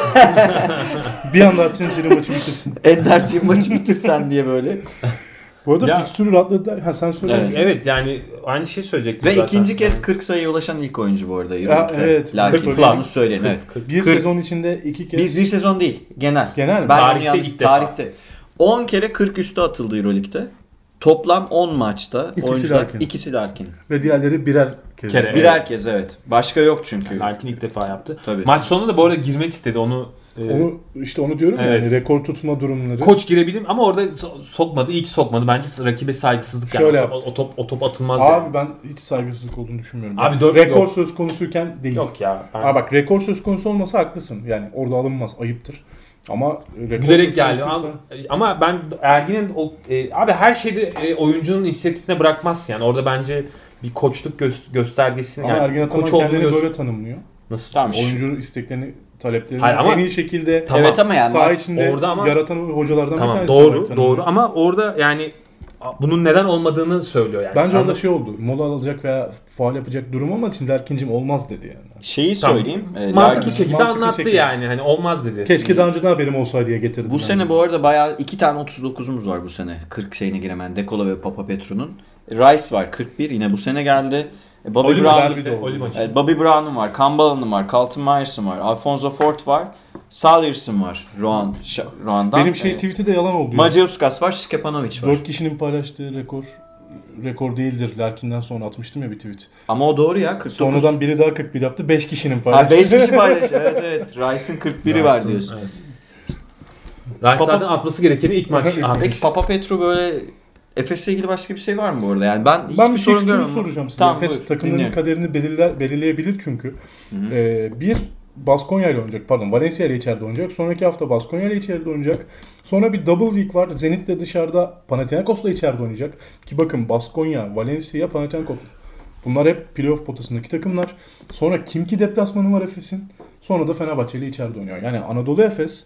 Speaker 1: bir anda atacaksın içeri maçı bitirsin.
Speaker 3: Ender'ciğim maçı bitirsen diye böyle.
Speaker 1: Bu arada
Speaker 2: Ya-
Speaker 1: fikstürü rahatladılar. Ha sen söyle.
Speaker 3: Evet.
Speaker 2: Evet yani aynı şey söyleyecektim
Speaker 3: Ve
Speaker 2: zaten.
Speaker 3: ikinci kez
Speaker 2: Yani.
Speaker 3: kırk sayıya ulaşan ilk oyuncu bu arada.
Speaker 1: Ya,
Speaker 3: Euroleague'de.
Speaker 1: evet.
Speaker 3: Larkin
Speaker 1: kırk
Speaker 3: bunu
Speaker 2: plus.
Speaker 3: söyleyin. Evet.
Speaker 1: Bir
Speaker 3: kırk-
Speaker 1: sezon içinde iki kez.
Speaker 3: Bir, bir sezon değil. Genel.
Speaker 1: Genel mi?
Speaker 3: Ben
Speaker 2: Tarihte
Speaker 3: yanlış-
Speaker 2: ilk defa.
Speaker 3: tarihte. on kere kırk üstü atıldı Euroleague'de. Toplam on maçta
Speaker 1: İkisi
Speaker 3: oyuncular
Speaker 1: Larkin.
Speaker 3: ikisi Larkin.
Speaker 1: Ve diğerleri birer kez.
Speaker 2: Kere.
Speaker 3: Birer
Speaker 2: Evet.
Speaker 3: kez evet. Başka yok çünkü.
Speaker 2: Yani Larkin ilk defa yaptı.
Speaker 3: Tabii.
Speaker 2: Maç sonunda da bu arada girmek istedi onu. e,
Speaker 1: Onu işte onu diyorum
Speaker 2: Evet.
Speaker 1: yani rekor tutma durumları.
Speaker 2: Koç girebilir ama orada so- sokmadı. İyi ki sokmadı. Bence rakibe saygısızlık yani.
Speaker 1: Şöyle
Speaker 2: O top,
Speaker 1: yaptı.
Speaker 2: o top o top atılmaz
Speaker 1: Abi
Speaker 2: yani.
Speaker 1: ben hiç saygısızlık olduğunu düşünmüyorum.
Speaker 2: Abi
Speaker 1: Yani
Speaker 2: dört-
Speaker 1: rekor
Speaker 2: yok.
Speaker 1: söz konusuyken değil.
Speaker 2: Yok ya. Ben
Speaker 1: Abi bak rekor söz konusu olmasa haklısın. Yani orada alınmaz. Ayıptır. Ama rekor
Speaker 2: gülerek
Speaker 1: söz
Speaker 2: geldi
Speaker 1: konusuysa-
Speaker 2: ama, ama ben Ergin'in o, e, abi her şeyde e, oyuncunun inisiyatifine bırakmazsın yani. Orada bence bir koçluk gö- göstergesini
Speaker 1: Ama
Speaker 2: yani
Speaker 1: Ergin Ataman
Speaker 2: koç olduğunu
Speaker 1: kendini
Speaker 2: göster-
Speaker 1: böyle tanımlıyor.
Speaker 2: Nasıl?
Speaker 3: Tamam.
Speaker 1: Oyuncu isteklerini, taleplerini
Speaker 2: Hayır, ama-
Speaker 1: en iyi şekilde
Speaker 2: Tamam.
Speaker 3: Evet ama yani
Speaker 1: saha
Speaker 3: maç-
Speaker 1: içinde
Speaker 2: orada ama-
Speaker 1: yaratan hocalardan
Speaker 2: Tamam
Speaker 1: bir tanesi.
Speaker 2: doğru
Speaker 1: olarak tanımlıyor.
Speaker 2: doğru ama orada yani bunun neden olmadığını söylüyor yani.
Speaker 1: Bence orada
Speaker 2: Anladın-
Speaker 1: şey oldu. Mola alacak veya faul yapacak durum olmadığı için Larkin'cim olmaz dedi yani.
Speaker 3: Şeyi
Speaker 2: Tamam.
Speaker 3: söyleyeyim. e,
Speaker 2: mantıklı
Speaker 3: Larkin-
Speaker 2: şekilde
Speaker 1: mantıklı
Speaker 2: anlattı
Speaker 1: şekilde.
Speaker 2: yani hani olmaz dedi.
Speaker 1: Keşke daha önceden haberim olsaydı diye getirdim.
Speaker 3: Bu
Speaker 1: ben.
Speaker 3: sene bu arada bayağı iki tane otuz dokuzumuz var bu sene. kırk şeyine giremen. Dekola ve Papa Petru'nun. Rice var kırk bir yine bu sene geldi. E, Bobby
Speaker 2: Oli
Speaker 3: Brown,
Speaker 2: maçı
Speaker 1: işte,
Speaker 2: işte, Oli maçı.
Speaker 3: evet, Bobby Brown'un var, Campbell'ın var, Carlton Myers'ın var, Alfonso Ford var, Salyers'ın var. Rohan, Rohan'dan.
Speaker 1: Benim şey
Speaker 3: evet.
Speaker 1: tweet'i de yalan oldu.
Speaker 3: Maciuskas var, Stepanovic var.
Speaker 1: dört kişinin paylaştığı rekor rekor değildir. Larkin'den sonra atmıştım ya bir tweet.
Speaker 3: Ama o doğru ya, kırk dokuz.
Speaker 1: Sonradan biri daha kırk bir yaptı. beş kişinin
Speaker 3: Ha,
Speaker 1: paylaştı.
Speaker 3: beş kişi paylaş. Evet evet. Rice'ın kırk biri var diyorsun.
Speaker 2: Evet. Rice zaten atması gerekeni ilk maç
Speaker 3: Peki
Speaker 2: atmış.
Speaker 3: Papa Petru böyle Efes'le ilgili başka bir şey var mı bu arada? Yani ben hiçbir
Speaker 1: Ben bir
Speaker 3: sorun
Speaker 1: fikstürü
Speaker 3: görmüyorum.
Speaker 1: soracağım size.
Speaker 3: Tamam,
Speaker 1: Efes
Speaker 3: buyur,
Speaker 1: takımların
Speaker 3: dinliyorum.
Speaker 1: kaderini belirler, belirleyebilir çünkü. Ee, bir Baskonya ile oynayacak. Pardon, Valencia ile içeride oynayacak. Sonraki hafta Baskonya ile içeride oynayacak. Sonra bir double week var. Zenit'le dışarıda, Panathinaikos'la içeride oynayacak. Ki bakın Baskonya, Valencia, Panathinaikos. Bunlar hep playoff potasındaki takımlar. Sonra Kimki deplasmanı var Efes'in. Sonra da Fenerbahçe ile içeride oynuyor. Yani Anadolu Efes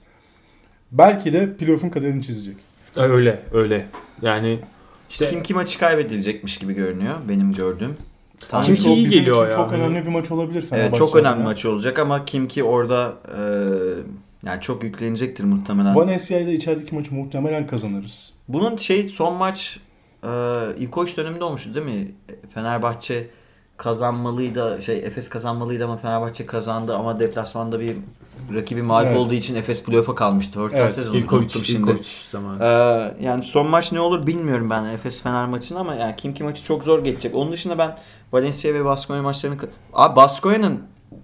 Speaker 1: belki de playoff'un kaderini çizecek.
Speaker 2: Öyle öyle. Yani işte
Speaker 3: Kimki maçı kaybedilecekmiş gibi görünüyor benim gördüğüm. Tamam.
Speaker 2: Kimki
Speaker 1: O
Speaker 2: iyi
Speaker 1: bizim
Speaker 2: geliyor
Speaker 1: için
Speaker 2: ya.
Speaker 1: Çok
Speaker 2: Hani-
Speaker 1: önemli bir maç olabilir Fenerbahçe.
Speaker 3: Evet, çok önemli
Speaker 1: adına.
Speaker 3: maç olacak ama Kimki orada e, yani çok yüklenecektir muhtemelen.
Speaker 1: Valencia ile içerideki maçı muhtemelen kazanırız.
Speaker 3: Bunun şey son maç e, İlkoç döneminde olmuştu değil mi? Fenerbahçe kazanmalıydı, şey Efes kazanmalıydı ama Fenerbahçe kazandı ama deplasmanda bir rakibi mağlup
Speaker 1: Evet.
Speaker 3: olduğu için Efes playoff'a kalmıştı. Hörtel
Speaker 1: Evet,
Speaker 3: sezonu
Speaker 2: İlkovic,
Speaker 3: unuttum şimdi.
Speaker 2: İlkovic zamanı.
Speaker 3: Ee, yani son maç ne olur bilmiyorum ben Efes Fener maçını ama yani Kimki maçı çok zor geçecek. Onun dışında ben Valencia ve Baskonya maçlarını... Abi Baskonya'nın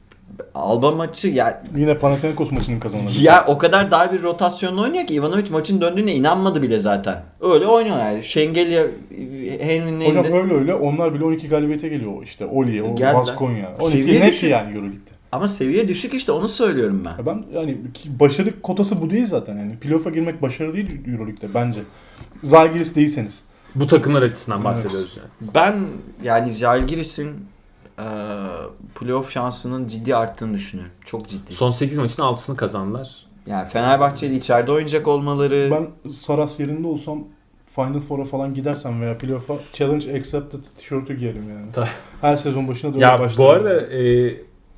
Speaker 3: Alba maçı ya
Speaker 1: Yine Panathinaikos maçının kazanırız.
Speaker 3: ya o kadar dar bir rotasyonla oynuyor ki Ivanovic maçın döndüğüne inanmadı bile zaten. Öyle oynuyorlar. Yani. Şengelya, Henry'nin
Speaker 1: Hocam
Speaker 3: elinde.
Speaker 1: öyle öyle onlar bile on iki galibiyete geliyor işte. Oli, o
Speaker 3: Geldiler.
Speaker 1: Baskonya. on iki
Speaker 3: Seviye
Speaker 1: net
Speaker 3: düşük.
Speaker 1: yani EuroLeague'de.
Speaker 3: Ama seviye düşük işte onu söylüyorum ben.
Speaker 1: Ya ben yani ki başarı kotası bu değil zaten. Yani playoff'a girmek başarı değil EuroLeague'de bence. Zalgiris değilseniz.
Speaker 2: Bu takımlar açısından bahsediyoruz yani.
Speaker 3: Ben yani Žalgiris'in e, playoff şansının ciddi arttığını düşünüyorum. Çok ciddi.
Speaker 2: Son sekiz maçın altısını kazandılar.
Speaker 3: Yani Fenerbahçe'de içeride oynayacak olmaları.
Speaker 1: Ben Saras yerinde olsam Final Four'a falan gidersem veya playoff'a Challenge Accepted tişörtü giyerim yani.
Speaker 2: Tabii.
Speaker 1: Her sezon başına doğru
Speaker 2: Ya
Speaker 1: başlarım.
Speaker 2: bu arada e,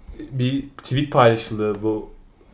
Speaker 2: bir tweet paylaşıldı bu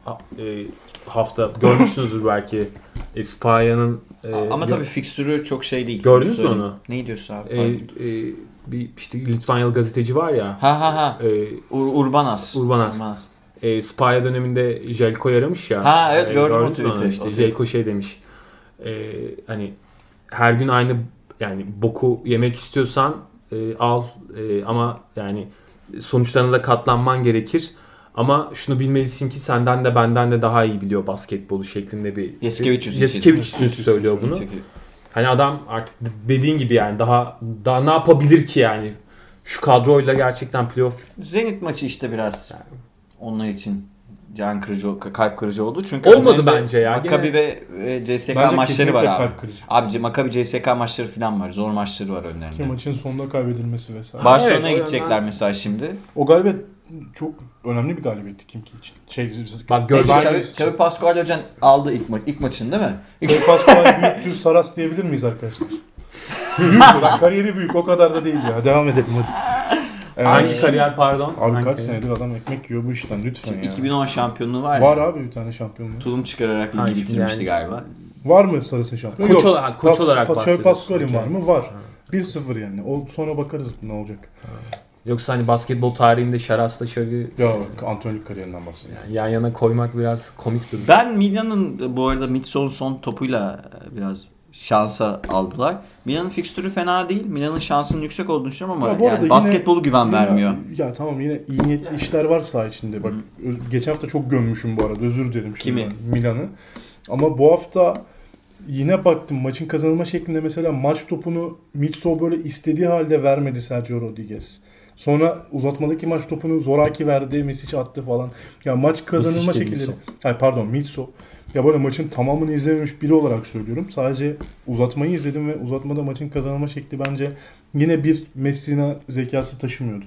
Speaker 2: e, hafta. Görmüşsünüzdür belki. E, Spaya'nın e,
Speaker 3: Ama
Speaker 2: gö-
Speaker 3: tabii fikstürü çok şey değil.
Speaker 2: Gördünüz mü
Speaker 3: Söyleyeyim.
Speaker 2: onu?
Speaker 3: Ne diyorsun abi?
Speaker 2: e, e, bir işte Litvanyalı gazeteci var ya.
Speaker 3: ha ha ha.
Speaker 2: E,
Speaker 3: Ur- Urbanas.
Speaker 2: Urbanas. E, Spaya döneminde Jelko yaramış ya.
Speaker 3: Ha, evet,
Speaker 2: E,
Speaker 3: gördüm o
Speaker 2: gördünüz mü onu?
Speaker 3: tweet'i.
Speaker 2: İşte
Speaker 3: O
Speaker 2: Jelko şey demiş. E, hani her gün aynı yani boku yemek istiyorsan e, al e, ama yani sonuçlarına da katlanman gerekir. Ama şunu bilmelisin ki senden de benden de daha iyi biliyor basketbolu şeklinde bir
Speaker 3: Yasikevicius
Speaker 2: Yasikevicius söylüyor bunu. Hani adam artık dediğin gibi yani daha daha ne yapabilir ki yani şu kadroyla gerçekten playoff.
Speaker 3: Zenit maçı işte biraz onlar için can kırıcı, kalp kırıcı oldu. Çünkü
Speaker 2: Olmadı
Speaker 3: önlerinde
Speaker 2: bence ya.
Speaker 3: Maccabi
Speaker 2: Gene...
Speaker 3: ve, ve C S K
Speaker 1: Bence
Speaker 3: maçları var
Speaker 1: kesinlikle
Speaker 3: abi.
Speaker 1: kalp kırıcı.
Speaker 3: Abi Maccabi C S K maçları falan var. Zor maçları var önlerinde.
Speaker 1: Ki maçın sonunda kaybedilmesi vesaire.
Speaker 3: Barcelona'ya
Speaker 2: Evet, o
Speaker 3: gidecekler
Speaker 2: yönden-
Speaker 3: mesela şimdi.
Speaker 1: O galibiyet çok önemli bir galibiyetti Kimki için. Şey,
Speaker 2: Bak,
Speaker 3: Neyse,
Speaker 2: Gözler-
Speaker 3: Xavi, Xavi Pascual Hocan aldı ilk, ma- ilk maçını değil mi?
Speaker 1: Xavi Pascual büyüktür Saras diyebilir miyiz arkadaşlar? Büyük lan, kariyeri büyük, o kadar da değil ya. Devam edelim hadi. Evet.
Speaker 2: Hangi kariyer pardon?
Speaker 1: Abi
Speaker 2: Hangi
Speaker 1: kaç
Speaker 2: kariyer?
Speaker 1: senedir adam ekmek yiyor bu işten lütfen ya.
Speaker 3: iki bin on şampiyonluğu var ya.
Speaker 1: Var abi bir tane şampiyonluğu.
Speaker 3: Tulum çıkararak
Speaker 2: Ha,
Speaker 3: ligi
Speaker 2: şimdi
Speaker 3: bitirmişti
Speaker 2: yani-
Speaker 3: galiba.
Speaker 1: Var mı Sarıs'ın şampiyonu?
Speaker 2: Koç
Speaker 1: Yok.
Speaker 2: olarak- koç
Speaker 1: Pas-
Speaker 2: olarak
Speaker 1: Xavi
Speaker 2: bahsediyorsun.
Speaker 1: Pascual'in
Speaker 2: Okey.
Speaker 1: var mı? Var. bir sıfır yani. O sonra bakarız ne olacak.
Speaker 2: Yoksa hani basketbol tarihinde Şaras'la Xavi
Speaker 1: Ya antrenörlük kariyerinden bahsediyorum.
Speaker 2: yani yan yana koymak biraz komik durur.
Speaker 3: Ben Milan'ın bu arada Mitsou'nun son topuyla biraz şansa aldılar. Milan'ın fikstürü fena değil. Milan'ın şansının yüksek olduğunu düşünüyorum ama
Speaker 1: Ya bu arada
Speaker 3: yani
Speaker 1: yine-
Speaker 3: basketbolu güven
Speaker 1: Yine-
Speaker 3: vermiyor.
Speaker 1: Ya tamam yine iyi niyetli işler var saha içinde. Bak öz- geçen hafta çok gömmüşüm bu arada. Özür dilerim. şimdi
Speaker 3: Kimi?
Speaker 1: ben, Milan'ı. Ama bu hafta yine baktım maçın kazanılma şeklinde mesela maç topunu Mitsou böyle istediği halde vermedi Sergio Rodriguez. Sonra uzatmadaki maç topunu Zoraki verdi, Misic attı falan. Ya maç kazanılma
Speaker 2: Misic değil,
Speaker 1: şekilleri.
Speaker 2: Mitsou.
Speaker 1: Hayır pardon Mitsou. Ya böyle maçın tamamını izlememiş biri olarak söylüyorum. Sadece uzatmayı izledim ve uzatmada maçın kazanılma şekli bence yine bir Messina zekası taşımıyordu.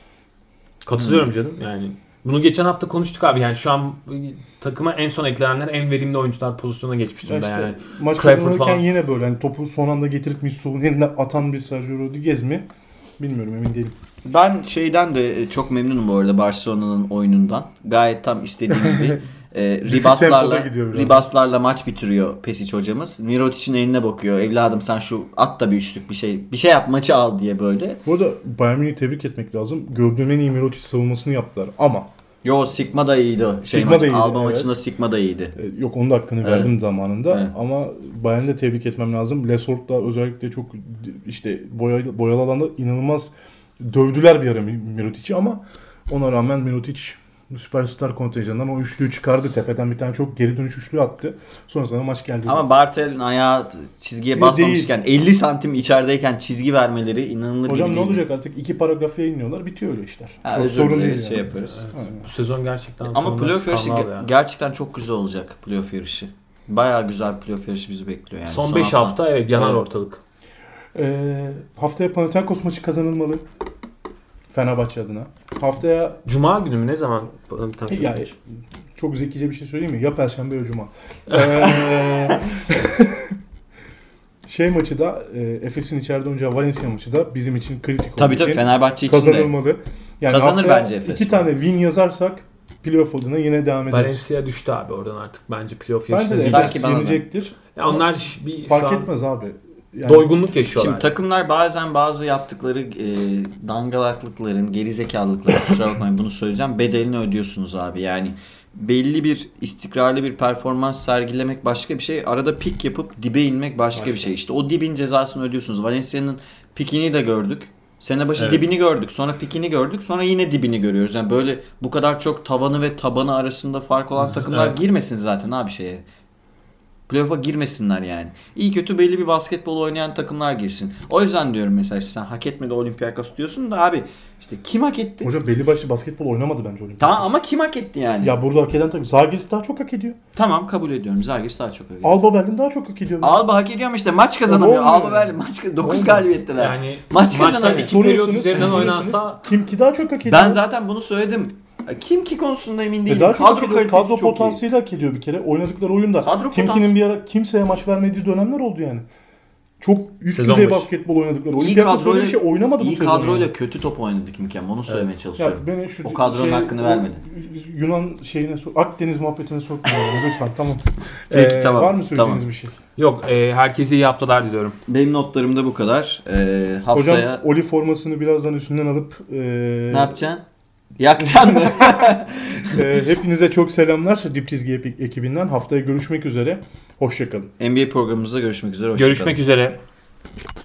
Speaker 2: Katılıyorum canım yani. Bunu geçen hafta konuştuk abi yani şu an takıma en son eklenenler en verimli oyuncular pozisyona geçmiş
Speaker 1: Ya
Speaker 2: durumda
Speaker 1: işte
Speaker 2: yani.
Speaker 1: maç
Speaker 2: Crawford
Speaker 1: kazanırken
Speaker 2: falan.
Speaker 1: yine böyle hani topu son anda getirip Mitsou'nun eline atan bir Sergio Rodriguez mi? Bilmiyorum emin değilim.
Speaker 3: Ben şeyden de çok memnunum bu arada Barcelona'nın oyunundan. Gayet tam istediğim gibi. e, ribaslarla
Speaker 1: gidiyor biraz.
Speaker 3: ribaslarla maç bitiriyor Pesic hocamız. Mirotic'in eline bakıyor. Evladım sen şu at da bir üçlük bir şey bir şey yap maçı al diye böyle.
Speaker 1: Bu arada Bayern Münih'i tebrik etmek lazım. Gördüğüm en iyi Mirotic savunmasını yaptılar ama
Speaker 3: Yo Sigma da iyiydi. Şey
Speaker 1: Sigma
Speaker 3: maç,
Speaker 1: da iyiydi,
Speaker 3: Alba
Speaker 1: evet.
Speaker 3: maçında Sigma da iyiydi.
Speaker 1: e, yok onun da hakkını
Speaker 3: Evet.
Speaker 1: verdim zamanında
Speaker 3: Evet.
Speaker 1: ama Bayern'i de tebrik etmem lazım. Lesort'la özellikle çok işte boyalı, boyalı alanda inanılmaz dövdüler bir ara Mirotic'i ama ona rağmen Mirotic süperstar kontenjanından o üçlüyü çıkardı. Tepeden bir tane çok geri dönüş üçlüğü attı. Sonrasında maç geldi.
Speaker 3: Ama Bartel'in ayağı çizgiye
Speaker 1: Çizgi
Speaker 3: basmamışken elli santim içerideyken çizgi vermeleri inanılır
Speaker 1: Hocam
Speaker 3: gibi
Speaker 1: ne
Speaker 3: değil.
Speaker 1: olacak artık? İki paragraf yayınlıyorlar. Bitiyor öyle işler.
Speaker 3: Ha,
Speaker 1: çok
Speaker 3: özür
Speaker 1: sorun
Speaker 3: dileriz,
Speaker 1: değil
Speaker 3: şey
Speaker 1: yani.
Speaker 3: yaparız.
Speaker 1: Aynen.
Speaker 2: Bu sezon gerçekten
Speaker 3: Ama playoff yarışı
Speaker 2: skandal
Speaker 3: ge-
Speaker 2: ya.
Speaker 3: gerçekten çok güzel olacak playoff yarışı. Bayağı güzel bir playoff yarışı bizi bekliyor yani.
Speaker 2: Son beş hafta evet yanar
Speaker 3: Evet.
Speaker 2: ortalık.
Speaker 1: Ee, haftaya Panathinaikos maçı kazanılmalı. Fenerbahçe adına. Haftaya
Speaker 2: Cuma günü mü ne zaman?
Speaker 1: ya, çok zekice bir şey söyleyeyim mi? Ya Perşembe ya Cuma. Ee, şey maçı da e, Efes'in içeride oynayacağı Valencia maçı da bizim için kritik
Speaker 3: Tabii
Speaker 1: olduğu
Speaker 3: tabii
Speaker 1: için
Speaker 3: Fenerbahçe için de.
Speaker 1: kazanılmalı. Yani
Speaker 3: Kazanır
Speaker 1: haftaya
Speaker 3: bence Efes.
Speaker 1: iki tane win yazarsak playoff adına yine devam ederiz.
Speaker 2: Valencia düştü abi oradan artık bence playoff
Speaker 1: Bence
Speaker 2: yarışına.
Speaker 1: de
Speaker 2: zirve-
Speaker 1: Efes
Speaker 3: Sanki bana da.
Speaker 1: yenecektir.
Speaker 2: Ya onlar bir
Speaker 1: Fark
Speaker 2: şu an
Speaker 1: etmez abi. Yani
Speaker 2: doygunluk yaşıyorlar.
Speaker 3: Şimdi takımlar bazen bazı yaptıkları e, dangalaklıkların, gerizekalılıkların kusura bakmayın bunu söyleyeceğim bedelini ödüyorsunuz abi. Yani belli bir istikrarlı bir performans sergilemek başka bir şey. Arada pik yapıp dibe inmek başka,
Speaker 2: Başka.
Speaker 3: bir şey. İşte o dibin cezasını ödüyorsunuz. Valencia'nın pikini de gördük. Sene başı
Speaker 2: Evet.
Speaker 3: dibini gördük. Sonra pikini gördük. Sonra yine dibini görüyoruz. Yani böyle bu kadar çok tavanı ve tabanı arasında fark olan
Speaker 2: Z-
Speaker 3: takımlar
Speaker 2: evet.
Speaker 3: girmesin zaten abi şeye. Playoff'a girmesinler yani. İyi kötü belli bir basketbol oynayan takımlar girsin. O yüzden diyorum mesela işte sen hak etmedi Olympiakos diyorsun da abi işte kim hak etti?
Speaker 1: hocam belli başlı basketbol oynamadı bence Olimpiyat.
Speaker 3: Tamam ama kim hak etti yani?
Speaker 1: Ya burada hak eden takım. Zalgiris daha çok hak ediyor.
Speaker 3: Tamam kabul ediyorum. Zalgiris daha çok hak ediyor.
Speaker 1: Alba Berlin daha çok hak ediyor.
Speaker 3: Alba hak ediyor ama işte maç kazanamıyor.
Speaker 1: Olmuyor
Speaker 3: Alba
Speaker 1: yani.
Speaker 3: Berlin maç dokuz
Speaker 1: Olmuyor.
Speaker 3: galibiyetteler.
Speaker 2: yani
Speaker 3: Maç
Speaker 2: maçlar
Speaker 3: kazanamıyor.
Speaker 2: iki periyot
Speaker 1: Soruyorsunuz,
Speaker 2: üzerinden
Speaker 1: soruyorsunuz.
Speaker 2: oynansa
Speaker 1: Kim ki daha çok hak ediyor?
Speaker 3: Ben zaten bunu söyledim. Kim ki konusunda emin
Speaker 1: E
Speaker 3: değilim.
Speaker 1: daha çok hak
Speaker 3: Kadro
Speaker 1: ediyor.
Speaker 3: kalitesi
Speaker 1: Kadro
Speaker 3: çok iyi.
Speaker 1: potansiyeli hak ediyor bir kere. Oynadıkları oyunda.
Speaker 3: Kadro
Speaker 1: Kimki'nin
Speaker 3: potansiyeli-
Speaker 1: bir ara kimseye maç vermediği dönemler oldu yani. Çok üst
Speaker 2: Sezon
Speaker 1: düzey
Speaker 2: başı.
Speaker 1: basketbol oynadıkları.
Speaker 3: İyi
Speaker 1: Olimpiyatda böyle bir
Speaker 3: kadroyla-
Speaker 1: şey oynamadı bu
Speaker 3: İyi
Speaker 1: sezon.
Speaker 3: kadroyla
Speaker 1: yani.
Speaker 3: kötü top oynadı Kim Kem. Onu söylemeye
Speaker 2: Evet.
Speaker 3: çalışıyorum.
Speaker 1: Ya beni şu
Speaker 3: O kadronun hakkını
Speaker 1: o
Speaker 3: vermedi.
Speaker 1: Yunan şeyine so- Akdeniz muhabbetine sokmayalım lütfen tamam.
Speaker 3: Peki,
Speaker 1: Ee,
Speaker 3: tamam,
Speaker 1: Var mı söyleyeceğiniz
Speaker 3: tamam.
Speaker 1: bir şey?
Speaker 2: yok e, herkese iyi haftalar diliyorum.
Speaker 3: Benim notlarım da bu kadar. Ee, haftaya
Speaker 1: Hocam Oli formasını birazdan üstünden alıp e,
Speaker 3: ne yapacaksın? Yakacaksın mı?
Speaker 1: e, hepinize çok selamlar Dip Çizgi Epik ekibinden. Haftaya görüşmek üzere. Hoşçakalın.
Speaker 3: N B A programımızda görüşmek üzere. Hoşça
Speaker 2: Görüşmek
Speaker 3: kalın.
Speaker 2: üzere.